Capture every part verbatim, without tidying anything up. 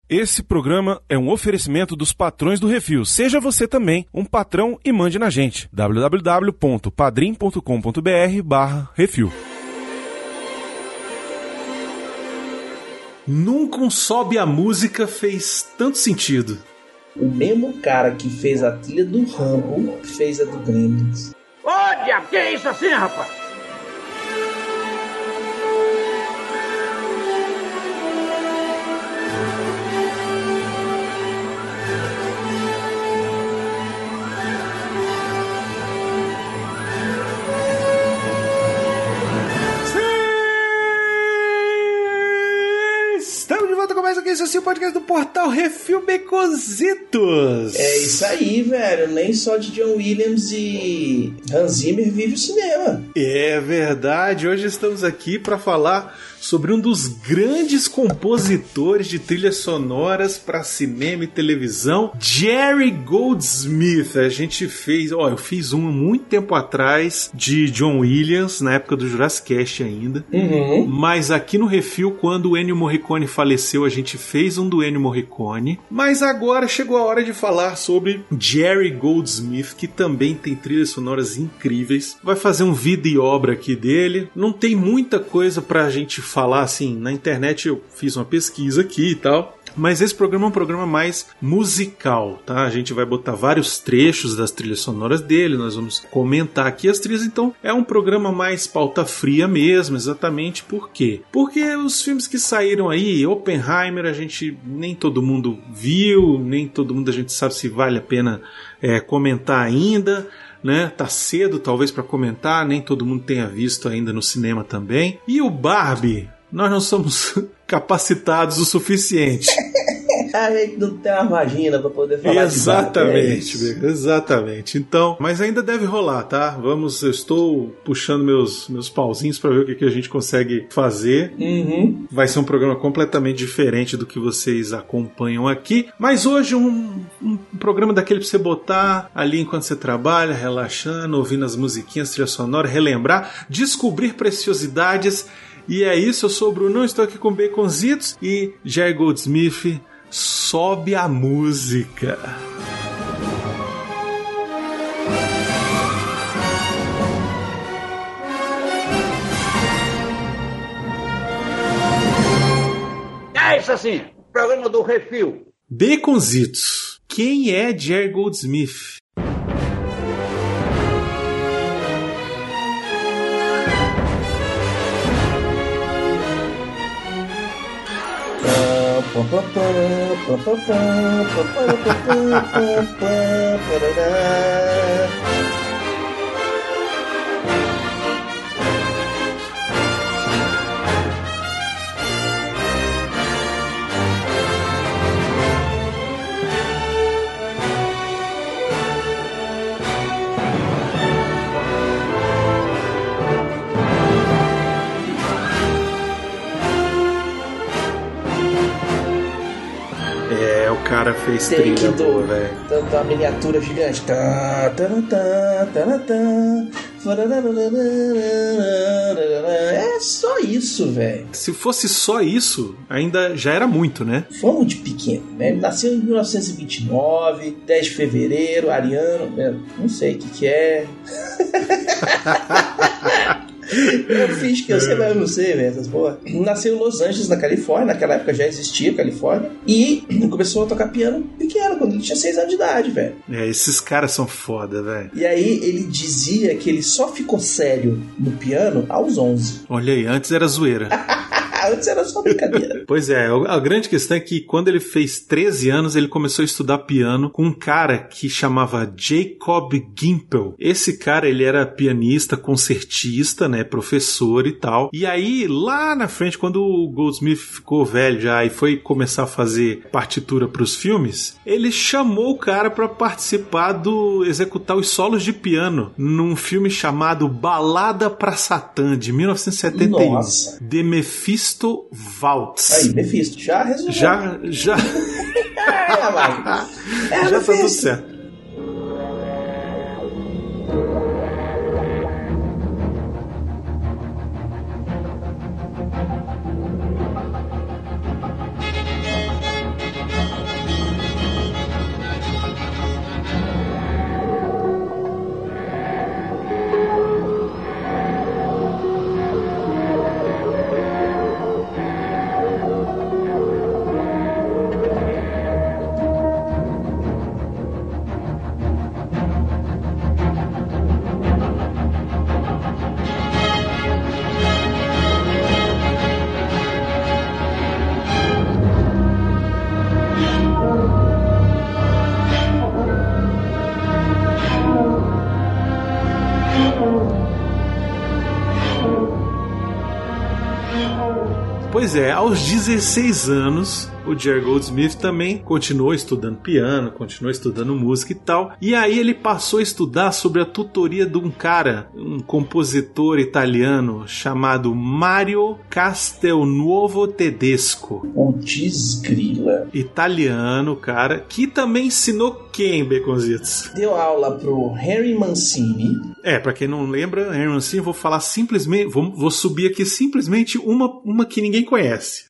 Esse programa é um oferecimento dos patrões do Refil. Seja você também um patrão e mande na gente. w w w ponto padrim ponto com ponto b r barra refil. Nunca um Sobe a Música fez tanto sentido. O mesmo cara que fez a trilha do Rambo fez a do Gremlins. Ô, diabo, que é isso assim, rapaz? Começa aqui esse é o podcast do portal Refil Baconzitos. É isso aí, velho. Nem só de John Williams e Hans Zimmer vive o cinema. É verdade. Hoje estamos aqui para falar sobre um dos grandes compositores de trilhas sonoras para cinema e televisão, Jerry Goldsmith. A gente fez, ó, eu fiz um muito tempo atrás de John Williams, na época do Jurassic Cast ainda. Uhum. Mas aqui no Refil, quando o Ennio Morricone faleceu, a gente fez um do Ennio Morricone. Mas agora chegou a hora de falar sobre Jerry Goldsmith, que também tem trilhas sonoras incríveis. Vai fazer um vida e obra aqui dele. Não tem muita coisa pra gente falar, assim, na internet eu fiz uma pesquisa aqui e tal. Mas esse programa é um programa mais musical, tá? A gente vai botar vários trechos das trilhas sonoras dele, nós vamos comentar aqui as trilhas, então é um programa mais pauta fria mesmo, exatamente por quê? Porque os filmes que saíram aí, Oppenheimer, a gente nem todo mundo viu, nem todo mundo a gente sabe se vale a pena é, comentar ainda, né? Tá cedo talvez para comentar, nem todo mundo tenha visto ainda no cinema também. E o Barbie, nós não somos capacitados o suficiente. A gente não tem uma vagina pra poder falar. Exatamente, de Barbie, é exatamente. Então, mas ainda deve rolar, tá? Vamos, eu estou puxando meus, meus pauzinhos pra ver o que, que a gente consegue fazer. Uhum. Vai ser um programa completamente diferente do que vocês acompanham aqui. Mas hoje um, um programa daquele pra você botar ali enquanto você trabalha, relaxando, ouvindo as musiquinhas, trilha sonora, relembrar, descobrir preciosidades. E é isso, eu sou o Bruno, estou aqui com Baconzitos e Jerry Goldsmith. Sobe a música. É isso assim, programa do Refil. Baconzitos, quem é Jerry Goldsmith? O cara fez trilha boa, velho. Da miniatura gigante. Tá, tá, tá, tá, tá, é só isso, velho. Se fosse só isso, ainda já era muito, né? Fomos de pequeno, né? Ele nasceu em mil novecentos e vinte e nove, dez de fevereiro, ariano, não sei o que que é. Eu fiz que eu sei, mas eu não sei, velho, essas porra. Nasceu em Los Angeles, na Califórnia. Naquela época já existia Califórnia. E começou a tocar piano pequeno, quando ele tinha seis anos de idade, velho. É, esses caras são foda, velho. E aí ele dizia que ele só ficou sério no piano aos onze. Olha aí, antes era zoeira. Antes era só brincadeira. Pois é, a grande questão é que quando ele fez treze anos, ele começou a estudar piano com um cara que chamava Jacob Gimpel. Esse cara, ele era pianista, concertista, né, professor e tal. E aí, lá na frente, quando o Goldsmith ficou velho já e foi começar a fazer partitura para os filmes, ele chamou o cara para participar do executar os solos de piano num filme chamado Balada pra Satã, de mil novecentos e setenta e um. Nossa. The Mephisto Waltz. Aí, Mephisto, já resolveu. Já, já. É, vai. É, já tá tudo certo. Pois é, aos dezesseis anos, o Jerry Goldsmith também continuou estudando piano, continuou estudando música e tal. E aí ele passou a estudar sobre a tutoria de um cara, um compositor italiano chamado Mario Castelnuovo Tedesco. O desgrila. Italiano, cara, que também ensinou quem, Baconzitos? Deu aula pro Henry Mancini. É, pra quem não lembra, Henry Mancini, eu vou falar simplesmente, vou, vou subir aqui simplesmente uma, uma que ninguém conhece.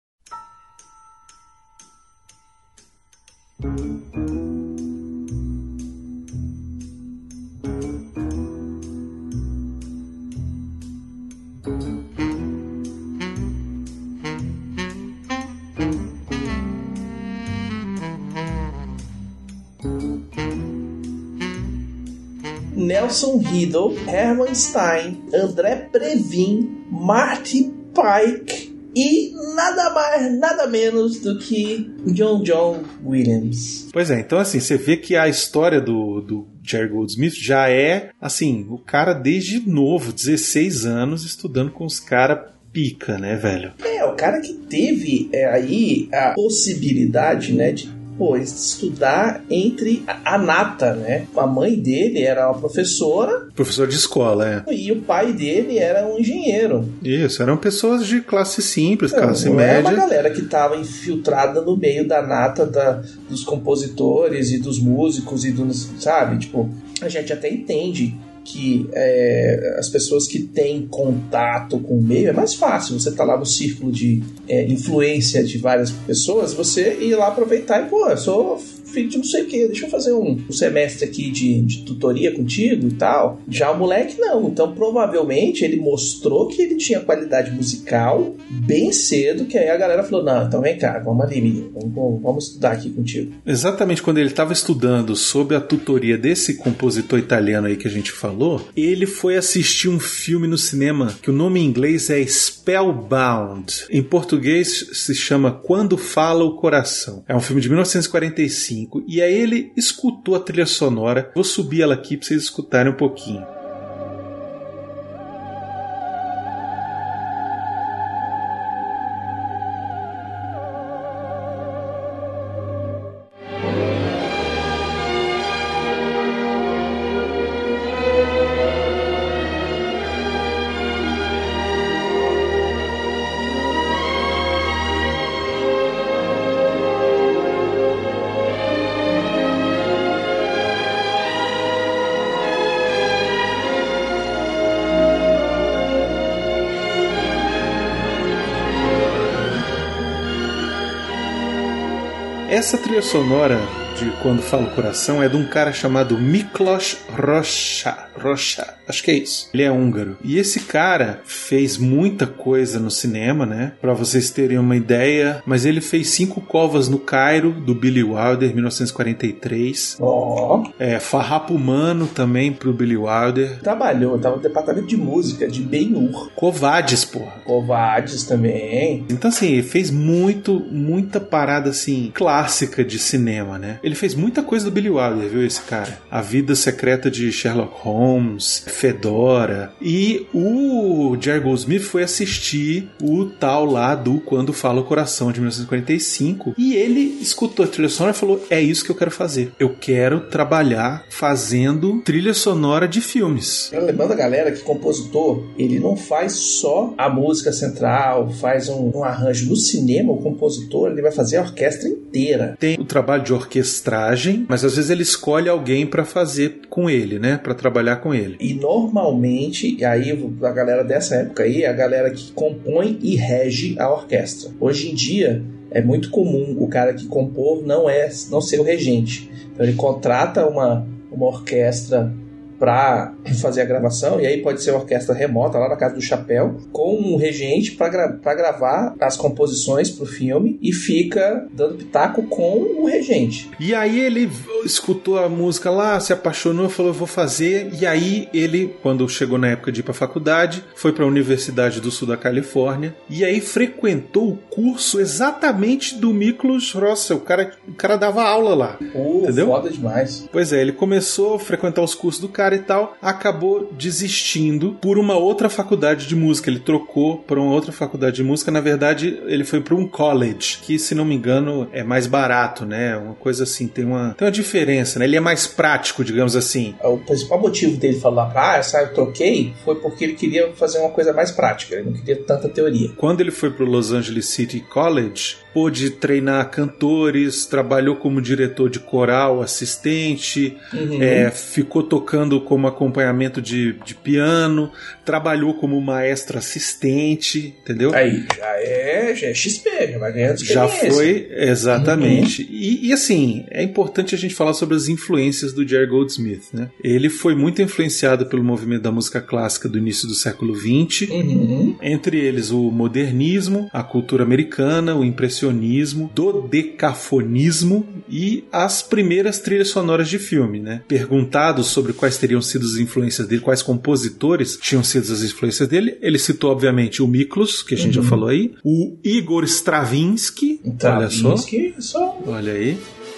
Nelson Riddle, Hermann Stein, André Previn, Marty Pike e nada mais, nada menos do que John John Williams. Pois é, então assim, você vê que a história do, do Jerry Goldsmith já é, assim, o cara desde novo, dezesseis anos, estudando com os caras pica, né, velho? É, o cara que teve é, aí a possibilidade, né, de pô, estudar entre a, a nata, né? A mãe dele era uma professora. Professor de escola, é. E o pai dele era um engenheiro. Isso, eram pessoas de classe simples, não, classe não média. Era uma galera que estava infiltrada no meio da nata da, dos compositores e dos músicos e dos, sabe? Tipo, a gente até entende que é, as pessoas que têm contato com o meio é mais fácil. Você tá lá no círculo de é, influência de várias pessoas, você ir lá aproveitar e, pô, eu sou filho de não sei o que, deixa eu fazer um, um semestre aqui de, de tutoria contigo e tal. Já o moleque não, então provavelmente ele mostrou que ele tinha qualidade musical bem cedo, que aí a galera falou, não, então vem cá, vamos ali, menino, vamos, vamos estudar aqui contigo. Exatamente quando ele estava estudando sob a tutoria desse compositor italiano aí que a gente falou, ele foi assistir um filme no cinema que o nome em inglês é Spellbound. Em português se chama Quando Fala o Coração. É um filme de mil novecentos e quarenta e cinco e aí ele escutou a trilha sonora. Vou subir ela aqui para vocês escutarem um pouquinho. Essa trilha sonora de Quando Fala o Coração é de um cara chamado Miklos Rocha. Rocha, acho que é isso. Ele é húngaro. E esse cara fez muita coisa no cinema, né? Pra vocês terem uma ideia. Mas ele fez Cinco Covas no Cairo, do Billy Wilder, mil novecentos e quarenta e três. Ó. Oh. É, Farrapo Humano também pro Billy Wilder. Trabalhou, tava no departamento de música de Ben-Hur. Covades, porra. Covades também. Então, assim, ele fez muito, muita parada, assim, clássica de cinema, né? Ele fez muita coisa do Billy Wilder, viu, esse cara? A Vida Secreta de Sherlock Holmes, Fedora. E o Jerry Goldsmith foi assistir o tal lá do Quando Fala o Coração, de mil novecentos e quarenta e cinco. E ele escutou a trilha sonora e falou, é isso que eu quero fazer. Eu quero trabalhar fazendo trilha sonora de filmes. Lembrando a galera que compositor, ele não faz só a música central, faz um, um arranjo. No cinema, o compositor, ele vai fazer a orquestra inteira. Tem o trabalho de orquestragem, mas às vezes ele escolhe alguém para fazer com ele, né? Para trabalhar com ele. E normalmente, aí a galera dessa época aí, é a galera que compõe e rege a orquestra. Hoje em dia, é muito comum o cara que compor não, é, não ser o regente. Então ele contrata uma, uma orquestra para fazer a gravação, e aí pode ser uma orquestra remota lá na Casa do Chapéu, com um regente para gra- gravar as composições pro filme e fica dando pitaco com o regente. E aí ele escutou a música lá, se apaixonou, falou, vou fazer, e aí ele, quando chegou na época de ir pra faculdade, foi pra Universidade do Sul da Califórnia, e aí frequentou o curso exatamente do Miklos Rocha, o cara, o cara dava aula lá. Pô, entendeu? Foda demais. Pois é, ele começou a frequentar os cursos do cara, cara e tal, acabou desistindo por uma outra faculdade de música. Ele trocou para uma outra faculdade de música. Na verdade, ele foi para um college, que, se não me engano, é mais barato, né? Uma coisa assim, tem uma, tem uma diferença, né? Ele é mais prático, digamos assim. O principal motivo dele falar, ah, sabe, eu troquei, foi porque ele queria fazer uma coisa mais prática. Ele não queria tanta teoria. Quando ele foi para o Los Angeles City College, pôde treinar cantores, trabalhou como diretor de coral, assistente, uhum. é, ficou tocando como acompanhamento de, de piano, trabalhou como maestro assistente, entendeu? Aí, já é, já é X P, já vai ganhando experiência. Já foi, exatamente. Uhum. E, e assim, é importante a gente falar sobre as influências do Jerry Goldsmith, né? Ele foi muito influenciado pelo movimento da música clássica do início do século vinte, uhum. entre eles o modernismo, a cultura americana, o impressionismo, dodecafonismo e as primeiras trilhas sonoras de filme, né? Perguntado sobre quais teriam sido as influências dele, quais compositores tinham sido as influências dele, ele citou, obviamente, o Miklos, que a gente uhum. já falou aí, o Igor Stravinsky, Stravinsky olha só, só. olha aí.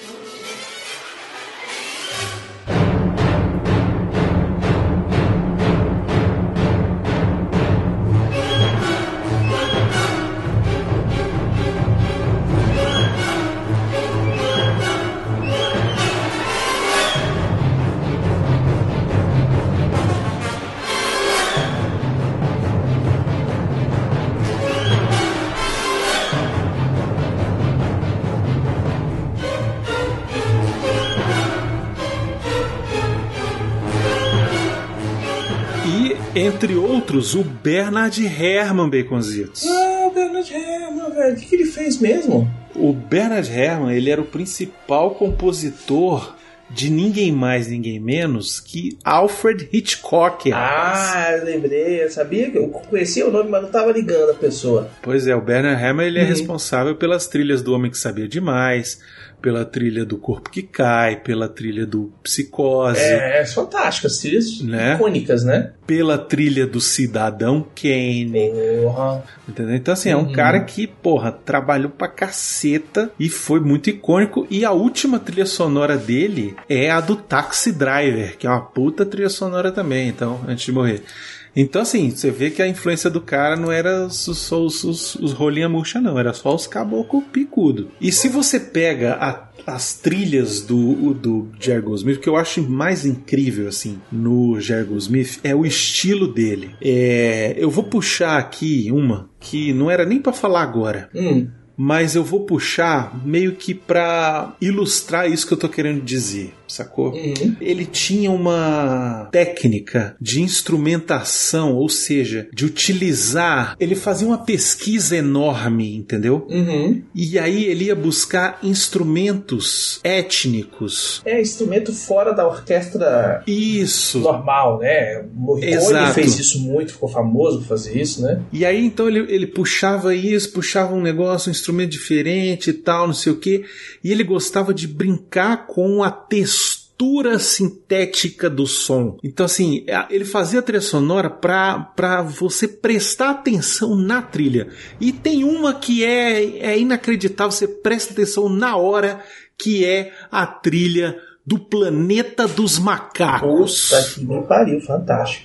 Entre outros, o Bernard Herrmann, Baconzitos. Ah, o Bernard Herrmann, velho. O que, que ele fez mesmo? O Bernard Herrmann, ele era o principal compositor de ninguém mais, ninguém menos que Alfred Hitchcock. Ah, eu lembrei. Eu sabia que eu conhecia o nome, mas não estava ligando a pessoa. Pois é, o Bernard Herrmann, ele é uhum. responsável pelas trilhas do Homem que Sabia Demais, pela trilha do Corpo que Cai, pela trilha do Psicose. É, é fantástico, as trilhas né? icônicas, né? Pela trilha do Cidadão Kane. Porra. Entendeu? Então, assim, é um uhum. cara que, porra, trabalhou pra caceta e foi muito icônico. E a última trilha sonora dele é a do Taxi Driver, que é uma puta trilha sonora também, então, antes de morrer. Então, assim, você vê que a influência do cara não era só os, os, os rolinha murcha, não. Era só os caboclo picudo. E se você pega a, as trilhas do, do Jerry Goldsmith, o que eu acho mais incrível, assim, no Jerry Goldsmith é o estilo dele. É, eu vou puxar aqui uma que não era nem pra falar agora. Hum. Mas eu vou puxar meio que pra ilustrar isso que eu tô querendo dizer, sacou? Uhum. Ele tinha uma técnica de instrumentação, ou seja, de utilizar... Ele fazia uma pesquisa enorme, entendeu? Uhum. E aí ele ia buscar instrumentos étnicos. É, instrumento fora da orquestra isso. normal, né? Morricone fez isso muito, ficou famoso por fazer isso, né? E aí então ele, ele puxava isso, puxava um negócio, um instrumento diferente e tal, não sei o quê. E ele gostava de brincar com a textura sintética do som. Então, assim, ele fazia a trilha sonora pra, pra você prestar atenção na trilha. E tem uma que é, é inacreditável, você presta atenção na hora, que é a trilha do Planeta dos Macacos. Puta que me pariu, fantástico.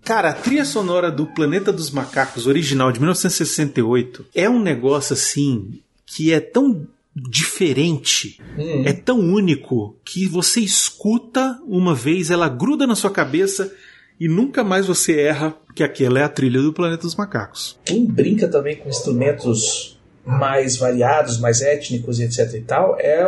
Cara, a trilha sonora do Planeta dos Macacos, original de mil novecentos e sessenta e oito, é um negócio assim que é tão diferente, hum. é tão único que você escuta uma vez, ela gruda na sua cabeça e nunca mais você erra que aquela é a trilha do Planeta dos Macacos. Quem brinca também com instrumentos mais variados, mais étnicos e etc e tal, é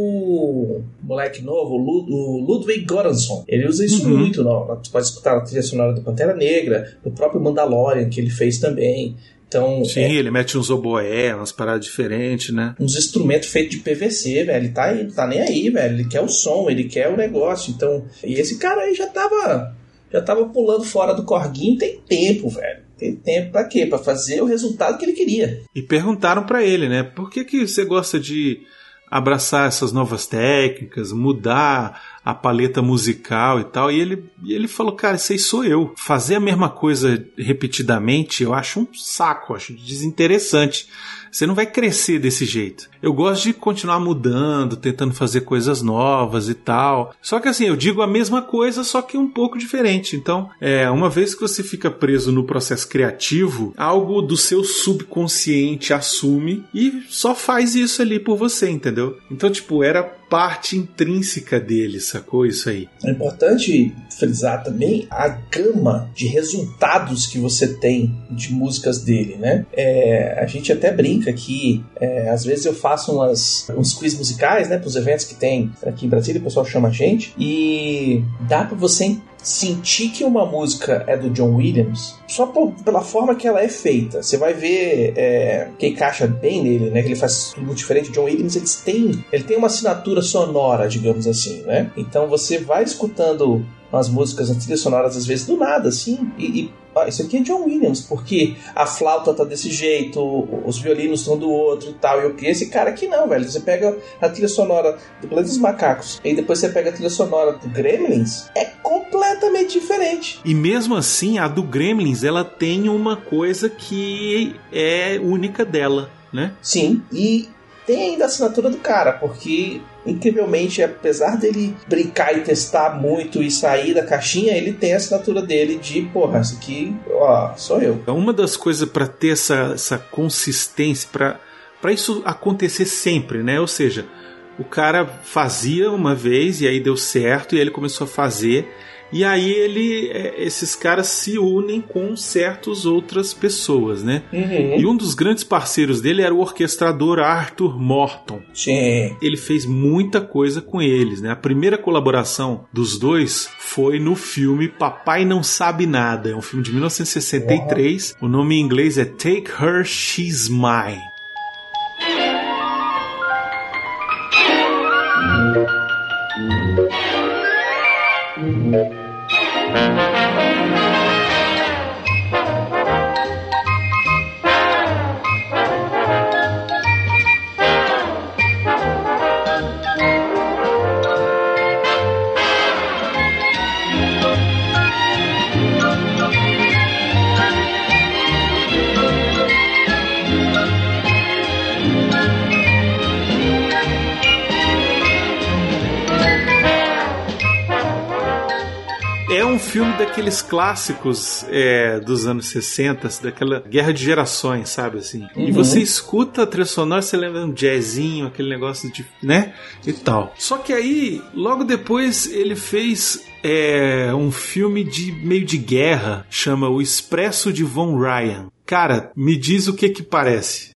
o moleque novo, o Ludwig Göransson. Ele usa isso uhum. muito, não? Você pode escutar a trilha sonora do Pantera Negra, do próprio Mandalorian, que ele fez também. Então, sim, é, ele mete uns oboé, umas paradas diferentes, né? Uns instrumentos feitos de P V C, velho. Ele tá, aí, tá nem aí, velho. Ele quer o som, ele quer o negócio. Então, e esse cara aí já tava, já tava pulando fora do corguinho tem tempo, velho. Tem tempo pra quê? Pra fazer o resultado que ele queria. E perguntaram pra ele, né? Por que que você gosta de abraçar essas novas técnicas, mudar a paleta musical e tal? E ele, e ele falou, cara, isso aí sou eu. Fazer a mesma coisa repetidamente eu acho um saco, acho desinteressante. Você não vai crescer desse jeito. Eu gosto de continuar mudando, tentando fazer coisas novas e tal. Só que assim, eu digo a mesma coisa, só que um pouco diferente. Então, é, uma vez que você fica preso no processo criativo, algo do seu subconsciente assume e só faz isso ali por você, entendeu? Então, tipo, era parte intrínseca dele, sacou isso aí? É importante frisar também a gama de resultados que você tem de músicas dele, né? É, a gente até brinca que é, às vezes eu faço umas, uns quiz musicais, né, para os eventos que tem aqui em Brasília, o pessoal chama a gente, e dá para você sentir que uma música é do John Williams só por, pela forma que ela é feita. Você vai ver é, que encaixa bem nele, né? Que ele faz tudo muito diferente. O John Williams eles têm, ele tem uma assinatura sonora, digamos assim, né? Então você vai escutando as músicas, as trilhas sonoras, às vezes do nada, assim, e, e ah, isso aqui é John Williams, porque a flauta tá desse jeito, os violinos estão do outro e tal, e eu esse cara aqui não, velho. Você pega a trilha sonora do Planeta dos Macacos e depois você pega a trilha sonora do Gremlins, é completamente diferente. E mesmo assim, a do Gremlins, ela tem uma coisa que é única dela, né? Sim, e tem ainda a assinatura do cara, porque incrivelmente, apesar dele brincar e testar muito e sair da caixinha, ele tem a assinatura dele de, porra, isso aqui, ó, sou eu. Uma das coisas para ter essa, essa consistência, para para isso acontecer sempre, né? Ou seja, o cara fazia uma vez e aí deu certo e aí ele começou a fazer. E aí ele, esses caras se unem com certas outras pessoas, né? Uhum. E um dos grandes parceiros dele era o orquestrador Arthur Morton. Sim. Ele fez muita coisa com eles, né? A primeira colaboração dos dois foi no filme Papai Não Sabe Nada. É um filme de mil novecentos e sessenta e três. Uhum. O nome em inglês é Take Her, She's Mine. É um filme daqueles clássicos é, dos anos sessenta, daquela guerra de gerações, sabe assim? Uhum. E você escuta a trilha sonora, você lembra um jazzinho, aquele negócio de, né? E tal. Só que aí, logo depois, ele fez é, um filme de meio de guerra, chama O Expresso de Von Ryan. Cara, me diz o que que parece.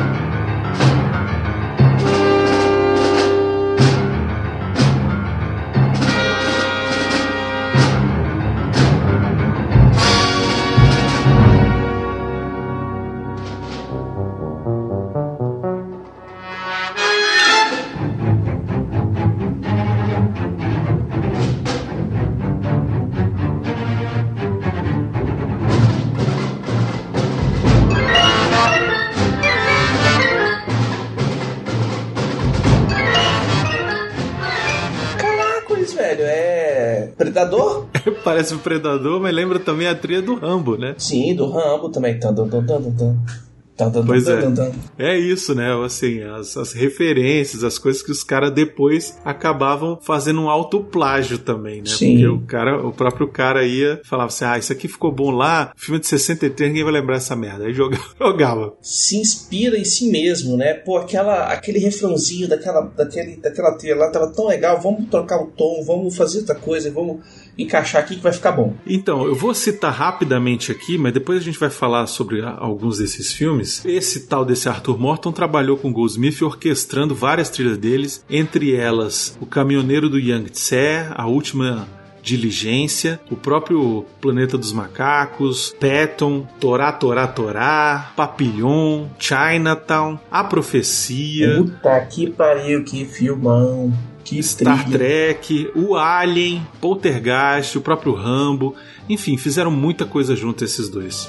Predador? Parece o Predador, mas lembra também a trilha do Rambo, né? Sim, do Rambo também. Tum, tum, tum, tum, tum. Pois é, é isso, né? Assim, as, as referências, as coisas que os caras depois acabavam fazendo um autoplágio também, né? Sim. Porque o cara, o próprio cara ia, falava assim, ah, isso aqui ficou bom lá, filme de sessenta e três, ninguém vai lembrar essa merda. Aí jogava. jogava. Se inspira em si mesmo, né? Pô, aquela, aquele refrãozinho daquela, daquele, daquela trilha lá tava tão legal, vamos trocar o tom, vamos fazer outra coisa, vamos encaixar aqui que vai ficar bom. Então, eu vou citar rapidamente aqui, mas depois a gente vai falar sobre alguns desses filmes. Esse tal desse Arthur Morton trabalhou com Goldsmith orquestrando várias trilhas deles, entre elas O Caminhoneiro do Yangtze, A Última Diligência, o próprio Planeta dos Macacos, Patton, Torá, Torá, Torá, Papillon, Chinatown, A Profecia. Puta que pariu, que filmão. Que Star trilha. Trek, o Alien, Poltergeist, o próprio Rambo. Enfim, fizeram muita coisa junto esses dois.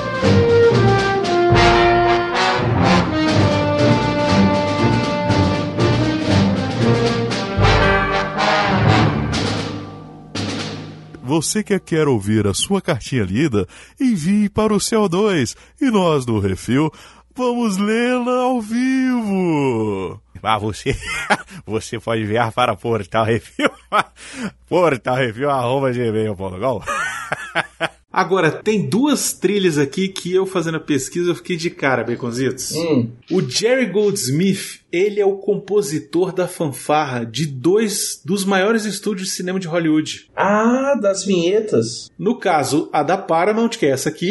Você que quer ouvir a sua cartinha lida, envie para o C O dois e nós do Refil vamos lê-la ao vivo. Ah, você, você pode enviar para Portal Refil, portal refil arroba gmail ponto com. Agora, tem duas trilhas aqui que eu fazendo a pesquisa eu fiquei de cara, Baconzitos. Hum. O Jerry Goldsmith, ele é o compositor da fanfarra de dois dos maiores estúdios de cinema de Hollywood. Ah, das vinhetas. No caso, a da Paramount, que é essa aqui.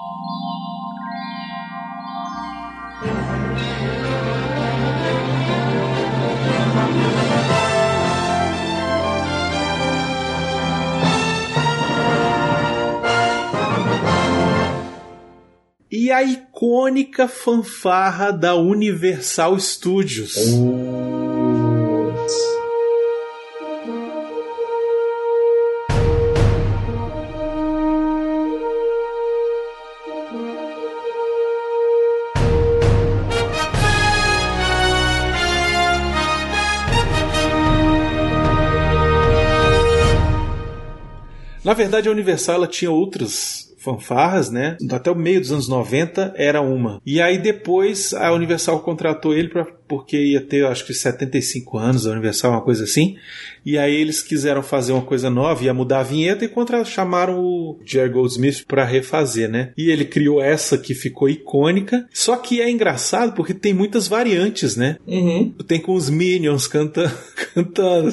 E a icônica fanfarra da Universal Studios. Putz. Na verdade, a Universal ela tinha outras fanfarras, né? Até o meio dos anos noventa era uma. E aí depois a Universal contratou ele pra, porque ia ter, acho que setenta e cinco anos da Universal, uma coisa assim. E aí eles quiseram fazer uma coisa nova, ia mudar a vinheta e contra, chamaram o Jerry Goldsmith pra refazer, né? E ele criou essa que ficou icônica. Só que é engraçado porque tem muitas variantes, né? Uhum. Tem com os Minions canta, cantando.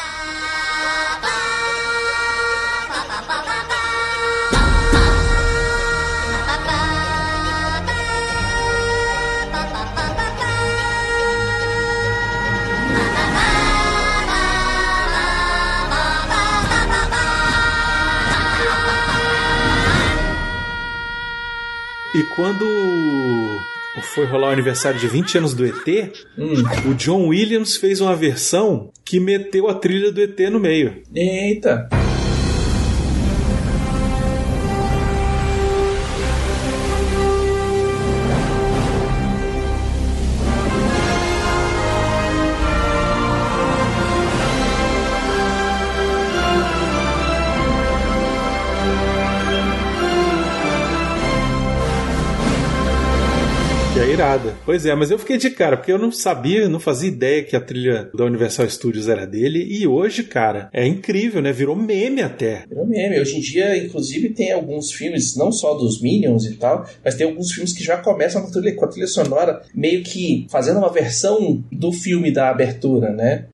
E quando foi rolar o aniversário de vinte anos do E T, hum. o John Williams fez uma versão que meteu a trilha do E T no meio. Eita! Irada. Pois é, mas eu fiquei de cara, porque eu não sabia, não fazia ideia que a trilha da Universal Studios era dele, e hoje, cara, é incrível, né? Virou meme até. Virou meme. Hoje em dia, inclusive, tem alguns filmes, não só dos Minions e tal, mas tem alguns filmes que já começam com a trilha, com a trilha sonora, meio que fazendo uma versão do filme da abertura, né?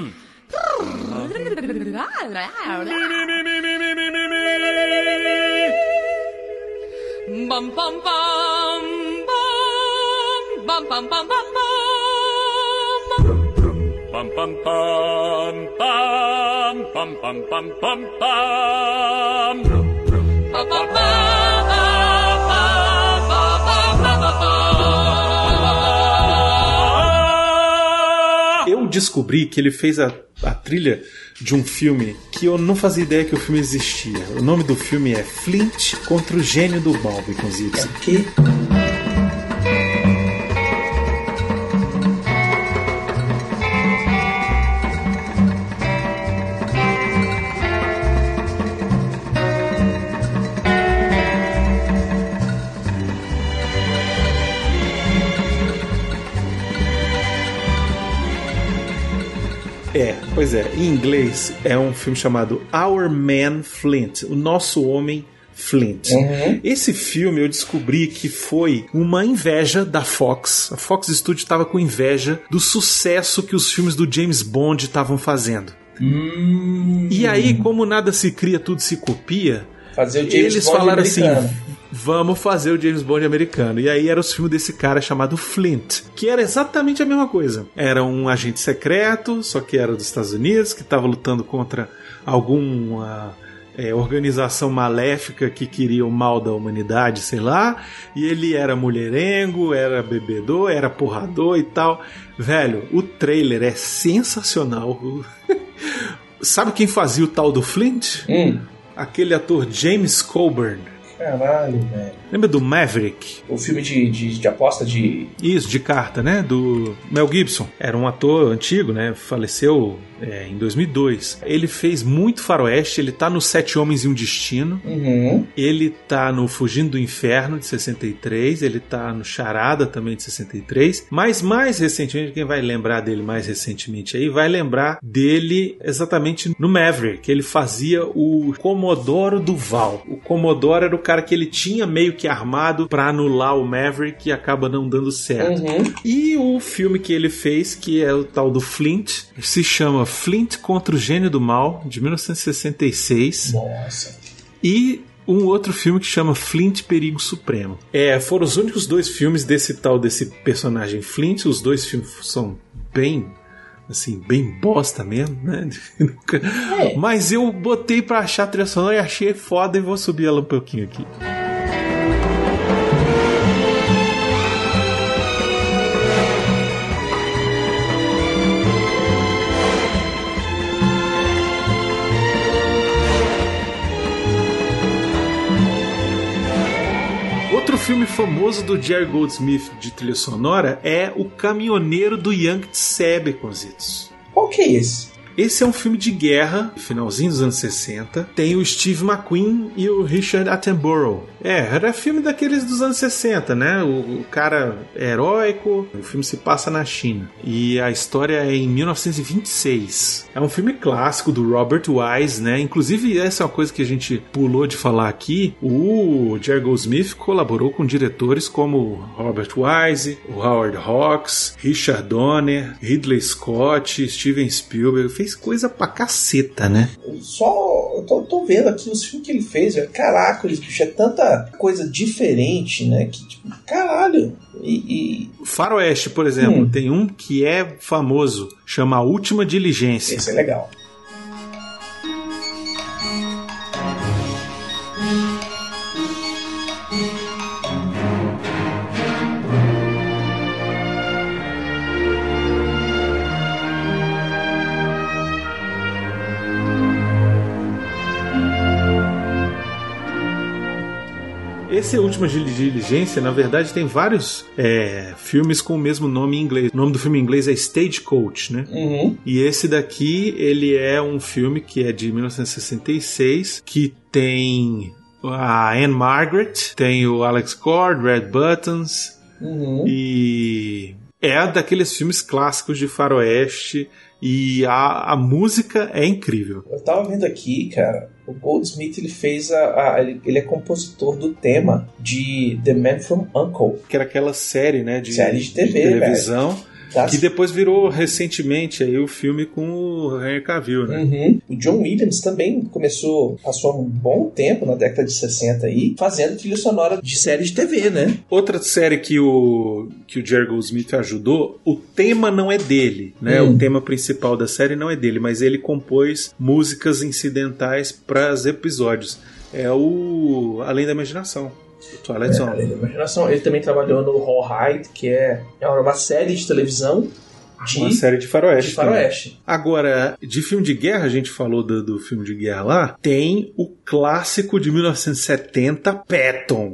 Bum, bum, bum. Bum, bum, bum, bum, bum. Bum, bum, bum, bum, bum, bum, bum, bum, bum. Bum, bum, Eu descobri que ele fez a, a trilha de um filme que eu não fazia ideia que o filme existia. O nome do filme é Flint contra o Gênio do Mal, Baconzitos. Que? É, pois é. Em inglês é um filme chamado Our Man Flint, o nosso homem Flint. Uhum. Esse filme eu descobri que foi uma inveja da Fox. A Fox Studios estava com inveja do sucesso que os filmes do James Bond estavam fazendo. Hum. E aí, como nada se cria, tudo se copia, fazer o James eles Bond falaram americano. assim: vamos fazer o James Bond americano. E aí era o filme desse cara chamado Flint, que era exatamente a mesma coisa. Era um agente secreto, só que era dos Estados Unidos, que estava lutando contra alguma é, organização maléfica que queria o mal da humanidade, sei lá. E ele era mulherengo, era bebedor, era porrador e tal. Velho, o trailer é sensacional. Sabe quem fazia o tal do Flint? Hum. Aquele ator James Coburn. Caralho, velho. Lembra do Maverick? O filme de, de, de aposta de... Isso, de carta, né? Do Mel Gibson. Era um ator antigo, né? Faleceu é, em dois mil e dois. Ele fez muito faroeste. Ele tá no Sete Homens e um Destino. Uhum. Ele tá no Fugindo do Inferno, de sessenta e três. Ele tá no Charada, também, de sessenta e três. Mas mais recentemente, quem vai lembrar dele mais recentemente aí, vai lembrar dele exatamente no Maverick. Ele fazia o Comodoro Duval. O Comodoro era o cara que ele tinha meio que armado pra anular o Maverick e acaba não dando certo. Uhum. E o filme que ele fez, que é o tal do Flint, se chama Flint contra o Gênio do Mal, de mil novecentos e sessenta e seis. Nossa. E um outro filme que chama Flint Perigo Supremo. É, foram os únicos dois filmes desse tal, desse personagem Flint. Os dois filmes são bem... assim, bem bosta mesmo, né? É. Mas eu botei pra achar a trilha sonora e achei foda e vou subir ela um pouquinho aqui. Outro filme famoso do Jerry Goldsmith de trilha sonora é O Caminhoneiro do Young Tsebe, Conzitos. Qual que é esse? Esse é um filme de guerra, finalzinho dos anos sessenta. Tem o Steve McQueen e o Richard Attenborough. É, era filme daqueles dos anos sessenta, né? O, o cara é heróico, o filme se passa na China. E a história é em mil novecentos e vinte e seis. É um filme clássico do Robert Wise, né? Inclusive, essa é uma coisa que a gente pulou de falar aqui. O Jerry Goldsmith colaborou com diretores como Robert Wise, o Howard Hawks, Richard Donner, Ridley Scott, Steven Spielberg. Fez coisa pra caceta, né? Só, eu tô, tô vendo aqui os filmes que ele fez, velho. Caraca, bicho, é tanta coisa diferente, né? Que, tipo, caralho. E, e... Faroeste, por exemplo, hum. tem um que é famoso, chama A Última Diligência. Esse é legal. Esse Última Diligência, na verdade, tem vários é, filmes com o mesmo nome em inglês. O nome do filme em inglês é Stagecoach, né? Uhum. E esse daqui, ele é um filme que é de mil novecentos e sessenta e seis, que tem a Anne Margaret, tem o Alex Cord, Red Buttons, uhum. e é daqueles filmes clássicos de faroeste. E a, a música é incrível. Eu tava vendo aqui, cara, o Goldsmith ele fez a, a ele, ele é compositor do tema de The Man from U N C L E, que era aquela série, né, de, série de T V, de televisão. Velho. Das... Que depois virou recentemente aí o filme com o Henry Cavill, né? Uhum. O John Williams também começou, passou um bom tempo na década de sessenta aí, fazendo trilha sonora de série de T V, né? Outra série que o, que o Jerry Goldsmith ajudou, o tema não é dele, né? Hum. O tema principal da série não é dele, mas ele compôs músicas incidentais para os episódios. É o Além da Imaginação. Twilight Zone. É, Além da Imaginação. Ele também trabalhou no Rawhide, que é uma série de televisão de, uma série de faroeste. De faroeste. Agora, de filme de guerra, a gente falou do, do filme de guerra lá, tem o clássico de mil novecentos e setenta, Patton.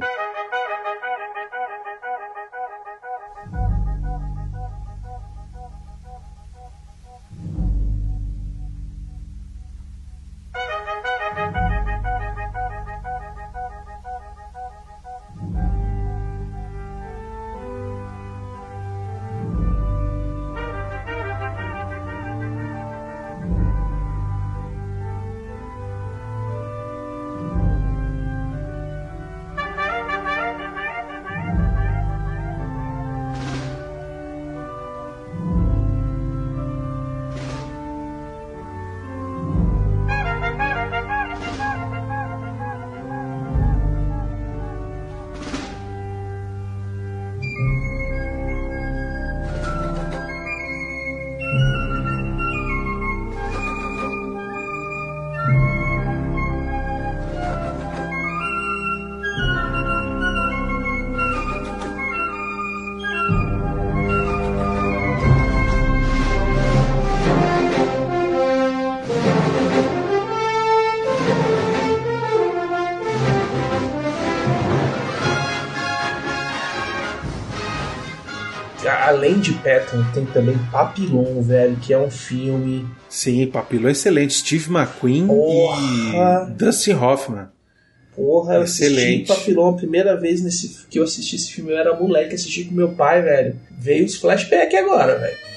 além de Patton, tem também Papillon, velho, que é um filme... Sim, Papillon é excelente. Steve McQueen Porra. e Dustin Hoffman. Porra, eu Excelente. assisti Papillon a primeira vez nesse, que eu assisti esse filme, eu era moleque, assisti com meu pai, velho. Veio os flashbacks agora, velho.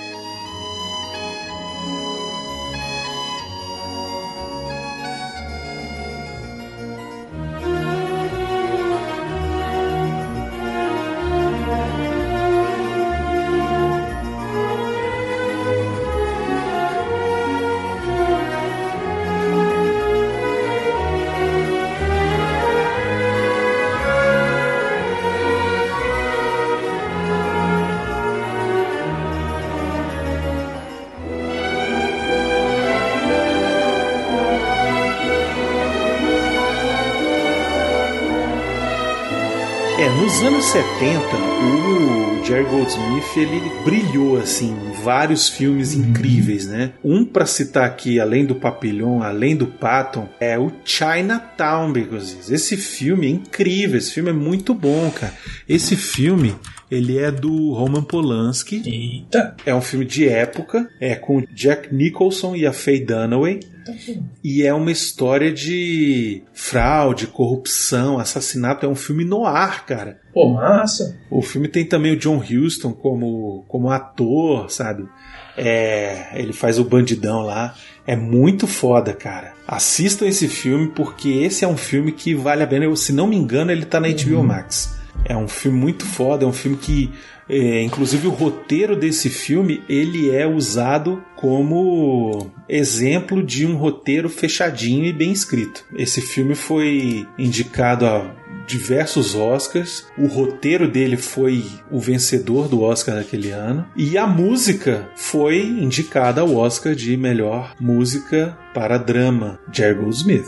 Nos anos setenta, o Jerry Goldsmith ele brilhou assim em vários filmes incríveis, né? Um para citar aqui, além do Papillon, além do Patton, é o Chinatown, Beconzitos. Esse filme é incrível, esse filme é muito bom, cara. Esse filme, ele é do Roman Polanski. Eita! É um filme de época, é com o Jack Nicholson e a Faye Dunaway. E é uma história de fraude, corrupção, assassinato. É um filme noir, cara. Pô, massa. O filme tem também o John Huston como, como ator, sabe? É, ele faz o bandidão lá. É muito foda, cara. Assistam esse filme porque esse é um filme que vale a pena. Eu, se não me engano, ele tá na H B O Max. É um filme muito foda, é um filme que... É, inclusive o roteiro desse filme ele é usado como exemplo de um roteiro fechadinho e bem escrito. Esse filme foi indicado a diversos Oscars, o roteiro dele foi o vencedor do Oscar daquele ano e a música foi indicada ao Oscar de melhor música para drama, Jerry Goldsmith.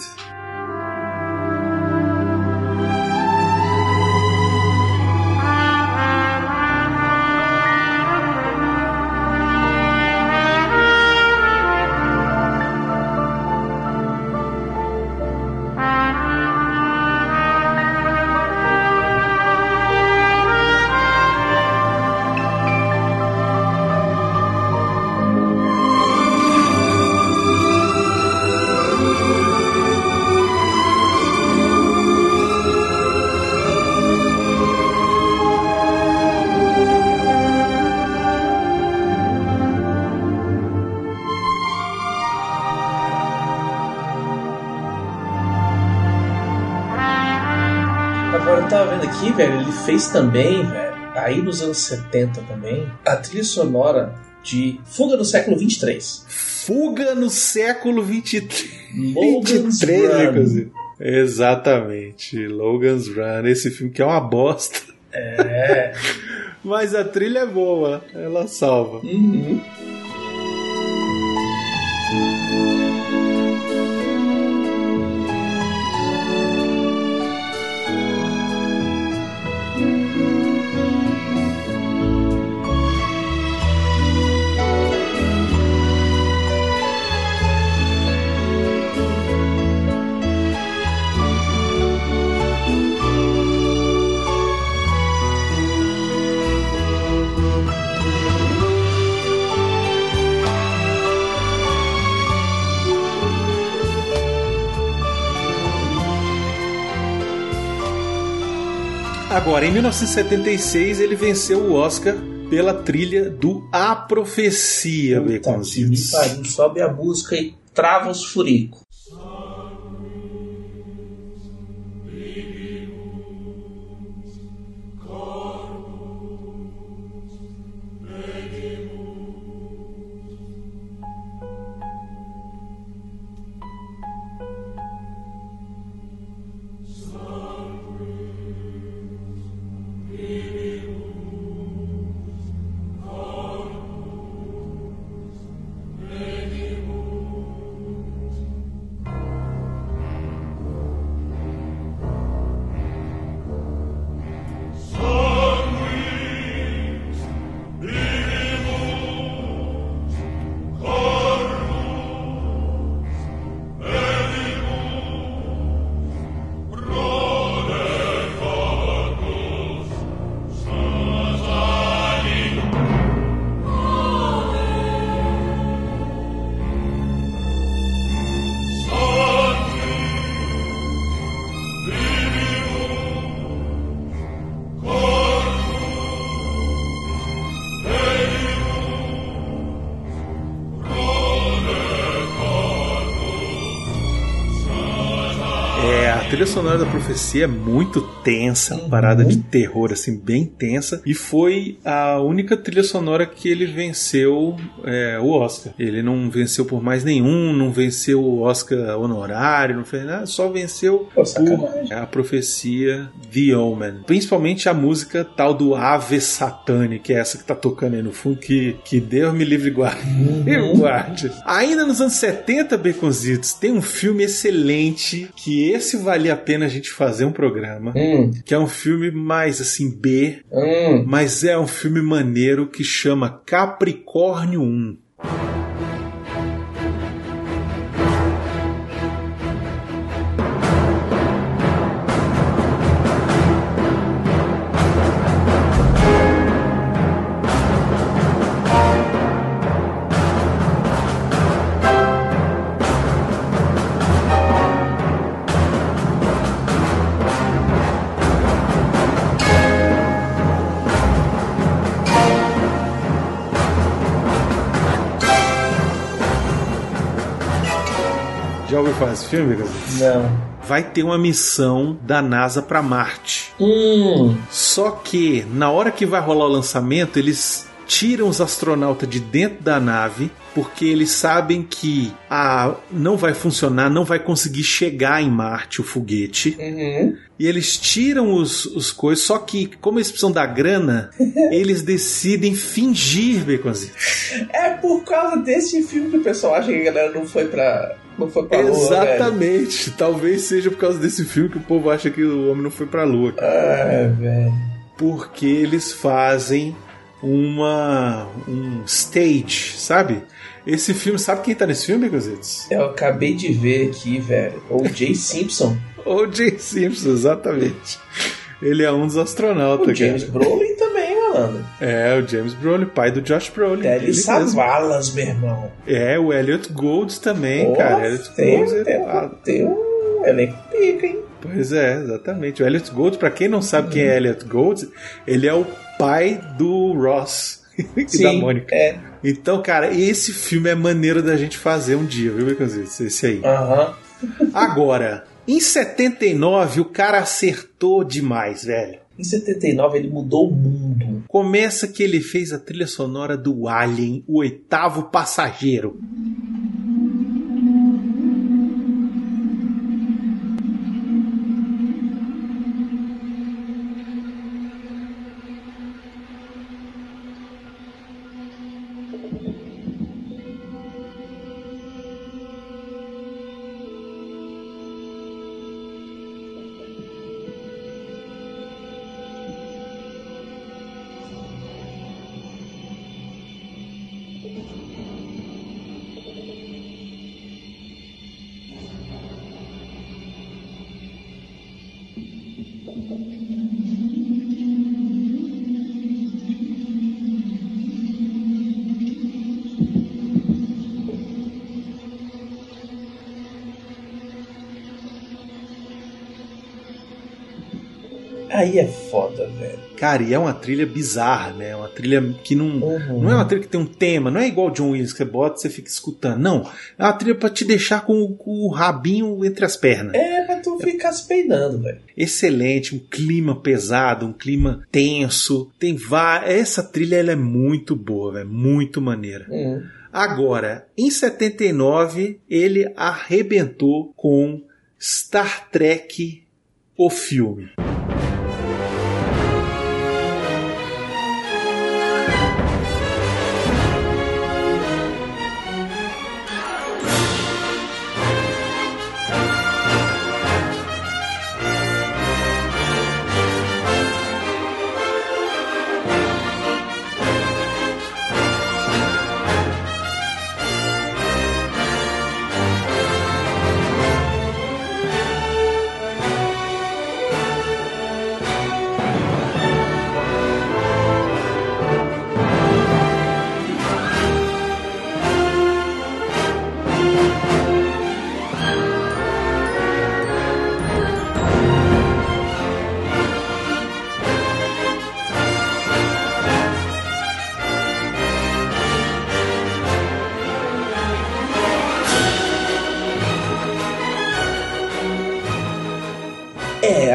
Agora eu tava vendo aqui, velho, ele fez também, velho, aí nos anos setenta também, a trilha sonora de Fuga no Século vinte e três. Fuga no Século vinte e três. Logan's vinte e três, Run. inclusive. Exatamente, Logan's Run. Esse filme que é uma bosta. É. Mas a trilha é boa, ela salva. Uhum. Agora, em mil novecentos e setenta e seis, ele venceu o Oscar pela trilha do A Profecia, Puta que me Baconzitos. pariu, sobe a música e trava os furicos. trilha sonora da Profecia é muito tensa, uma parada de terror, assim, bem tensa. E foi a única trilha sonora que ele venceu é, o Oscar. Ele não venceu por mais nenhum, não venceu o Oscar honorário, não fez nada, só venceu Pô, por a Profecia The Omen. Principalmente a música tal do Ave Satani, que é essa que tá tocando aí no fundo, que, que Deus me livre e guarde. Uhum. guarde. Ainda nos anos setenta, Baconzitos, tem um filme excelente, que esse vale a pena a gente fazer um programa, Hum. que é um filme mais assim B, Hum. mas é um filme maneiro que chama Capricórnio um. Já ouviu falar desse filme, Baconzitos? Não. Vai ter uma missão da NASA pra Marte. Hum. Só que, na hora que vai rolar o lançamento, eles tiram os astronautas de dentro da nave, porque eles sabem que a, não vai funcionar, não vai conseguir chegar em Marte o foguete. Uhum. E eles tiram os, os coisas, só que, como eles precisam da grana, eles decidem fingir, Baconzitos. É por causa desse filme que o pessoal acha que a galera não foi pra, não foi pra Lua, velho. Exatamente. Talvez seja por causa desse filme que o povo acha que o homem não foi pra Lua. Ah, velho. Porque eles fazem uma um stage, sabe? Esse filme, sabe quem tá nesse filme, Baconzitos? Eu acabei de ver aqui, velho. O Jay Simpson. O Jay Simpson, exatamente. Ele é um dos astronautas. O James cara. Brolin também, malandro. É, o James Brolin, pai do Josh Brolin. Telly Savalas, meu irmão. É, o Elliot Gould também, Porra, cara. Elliot tem, Gould tem, é... tem um elenco pica, hein? Pois é, exatamente. O Elliot Gould, pra quem não sabe quem é Elliot Gould, ele é o pai do Ross e Sim, da Mônica. É. Então, cara, esse filme é maneiro da gente fazer um dia, viu, Baconzitos? Esse aí. Aham. Agora, em setenta e nove, o cara acertou demais, velho. Em setenta e nove ele mudou o mundo. Começa que ele fez a trilha sonora do Alien, o oitavo passageiro. Aí é foda, velho. Cara, e é uma trilha bizarra, né? Uma trilha que não, Uhum. não é uma trilha que tem um tema, não é igual John Williams que você bota e você fica escutando. Não, é uma trilha pra te deixar com, o- com o rabinho entre as pernas. É pra tu ficar se peinando, velho. Excelente, um clima pesado, um clima tenso. Tem va- Essa trilha ela é muito boa, velho, muito maneira. Uhum. Agora, em setenta e nove, ele arrebentou com Star Trek, o filme.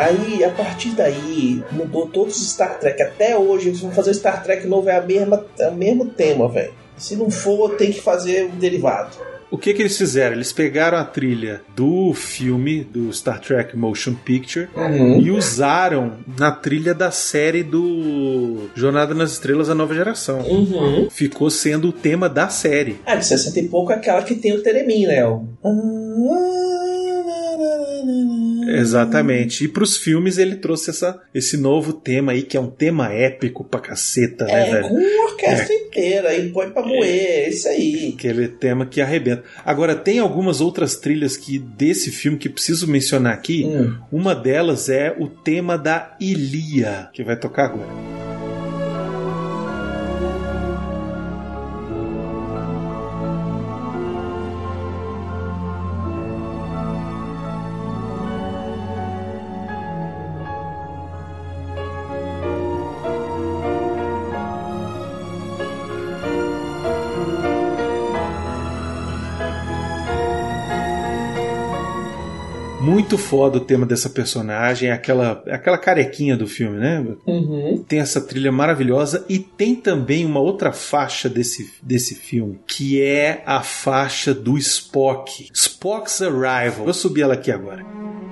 aí, a partir daí, mudou todos os Star Trek. Até hoje, eles vão fazer o Star Trek novo, é, a mesma, é o mesmo tema, velho. Se não for, tem que fazer um derivado. O que que eles fizeram? Eles pegaram a trilha do filme, do Star Trek Motion Picture, uhum. e usaram na trilha da série do Jornada nas Estrelas, a Nova Geração. Uhum. Ficou sendo o tema da série. Ah, de sessenta e pouco é aquela que tem o Teremin, né? O... Exatamente. E pros filmes ele trouxe essa, esse novo tema aí, que é um tema épico pra caceta, né, é, velho? com uma orquestra é. inteira, e põe pra moer, é isso aí. Aquele tema que arrebenta. Agora, tem algumas outras trilhas que desse filme que preciso mencionar aqui. Hum. Uma delas é o tema da Ilia, que vai tocar agora. Muito foda o tema dessa personagem, é aquela, aquela carequinha do filme, né? Uhum. Tem essa trilha maravilhosa e tem também uma outra faixa desse, desse filme, que é a faixa do Spock. Spock's Arrival. Vou subir ela aqui agora.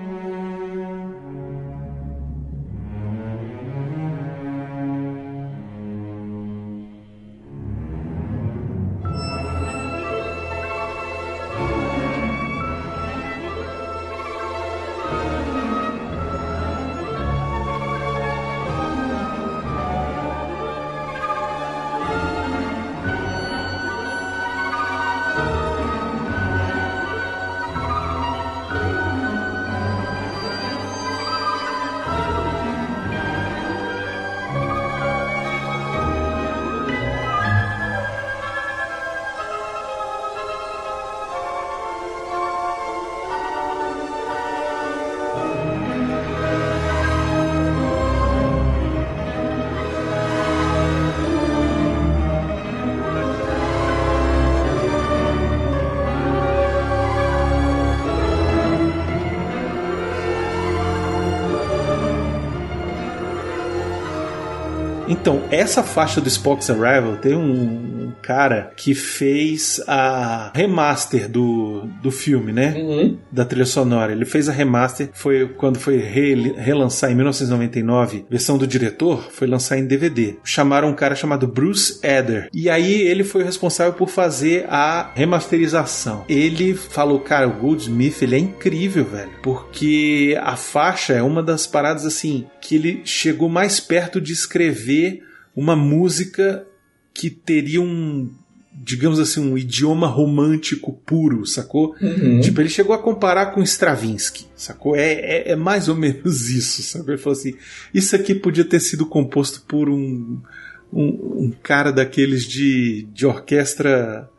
Então, essa faixa do Spock's Arrival tem um, um cara que fez a remaster do, do filme, né? Uhum. Da trilha sonora. Ele fez a remaster, foi quando foi re, relançar em mil novecentos e noventa e nove, versão do diretor, foi lançar em D V D. Chamaram um cara chamado Bruce Eder. E aí ele foi o responsável por fazer a remasterização. Ele falou, cara, o Goldsmith, ele é incrível, velho. Porque a faixa é uma das paradas, assim, que ele chegou mais perto de escrever uma música que teria um, digamos assim, um idioma romântico puro, sacou? Uhum. Tipo, ele chegou a comparar com Stravinsky, sacou? É, é, é mais ou menos isso, sabe? Ele falou assim, isso aqui podia ter sido composto por um, um, um cara daqueles de, de orquestra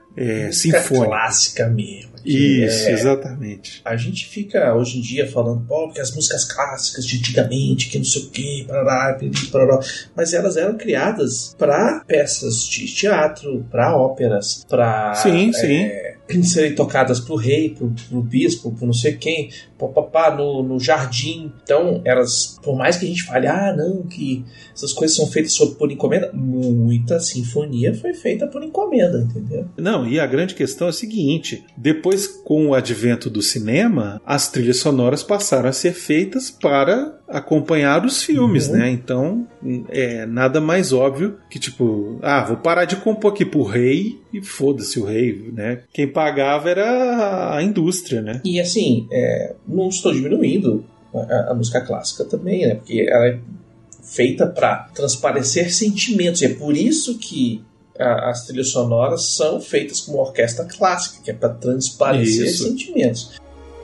é, sinfônica. Clássica mesmo. Isso, é, exatamente. A gente fica hoje em dia falando, pô, porque as músicas clássicas de antigamente, que não sei o que, parará, parará, mas elas eram criadas para peças de teatro, para óperas, para sim, é, sim. serem tocadas pro rei, pro, pro bispo, pro não sei quem, papapá, no, no jardim. Então, elas, por mais que a gente fale, ah, não, que essas coisas são feitas por encomenda, muita sinfonia foi feita por encomenda, entendeu? Não, e a grande questão é a seguinte, depois com o advento do cinema, as trilhas sonoras passaram a ser feitas para acompanhar os filmes, uhum. né? Então, é nada mais óbvio que, tipo, ah, vou parar de compor aqui pro rei e foda-se o rei, né? Quem pagava era a indústria, né? E assim, é, não estou diminuindo a, a música clássica também, né? Porque ela é feita para transparecer sentimentos. E é por isso que a, as trilhas sonoras são feitas com uma orquestra clássica, que é para transparecer isso. sentimentos.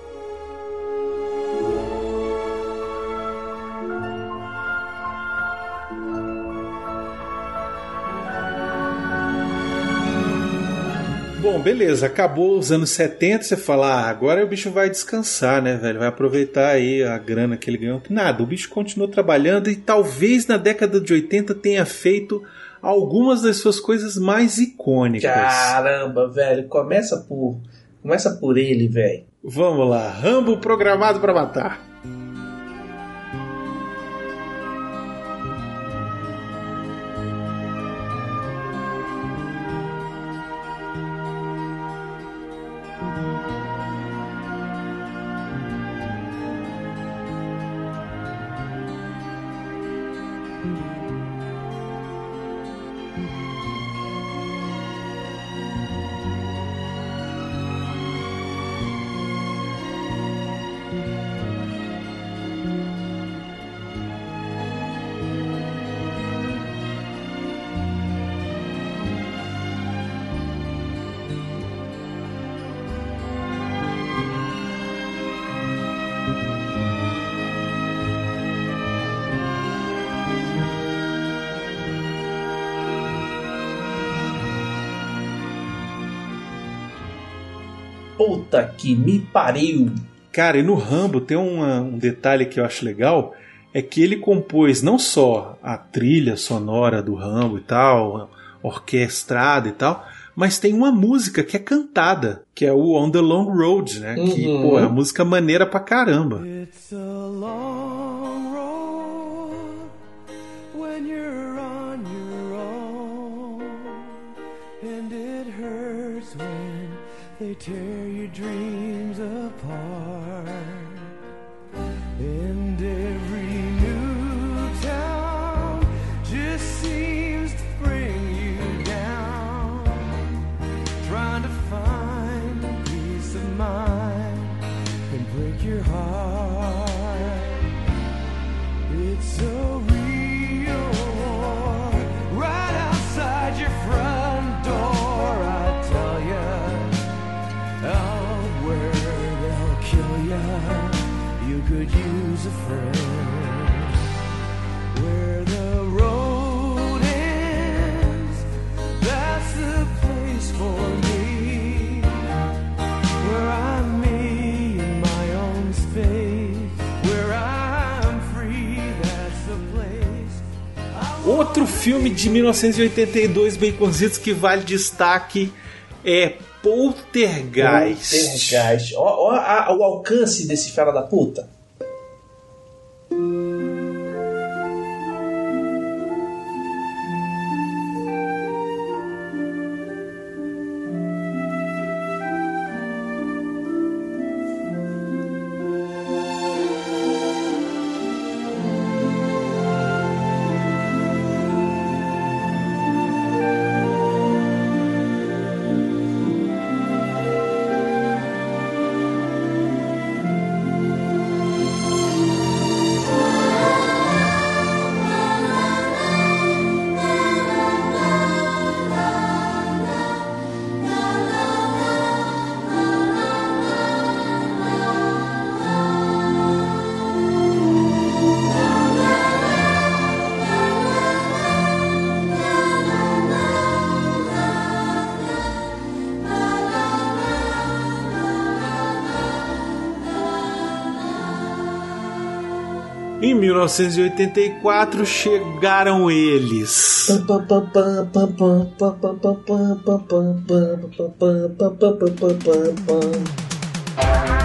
Bom, beleza, acabou os anos setenta, você fala, ah, agora o bicho vai descansar, né, velho? Vai aproveitar aí a grana que ele ganhou. Nada, o bicho continuou trabalhando e talvez na década de oitenta tenha feito algumas das suas coisas mais icônicas. Caramba, velho, começa por, começa por ele, velho. Vamos lá, Rambo Programado para Matar. Puta que me pariu. Cara, e no Rambo tem uma, um detalhe que eu acho legal, é que ele compôs não só a trilha sonora do Rambo e tal, orquestrada e tal, mas tem uma música que é cantada, que é o On the Long Road, né? Uhum. Que, pô, é uma música maneira pra caramba. It's a long road when you're on your own, and it hurts when they tear your dreams apart, and every new town just seems to bring you down, trying to find peace of mind and break your heart. It's a real war right outside your front door, I tell ya. Out where they'll kill ya, you could use a friend. Where the road ends, that's the place for me, where I'm me in my own space, where I'm free, that's the place. Outro filme de mil novecentos e oitenta e dois, Baconzitos, que vale destaque é Poltergeist. Poltergeist. Ó, ó a- o alcance desse fela da puta. Em mil novecentos e oitenta e quatro chegaram eles. Pam, pam, pam, pam, pam, pam, pam, pam, pam, pam, pam, pam, pam, pam, pam, pam, pam, pam, pam.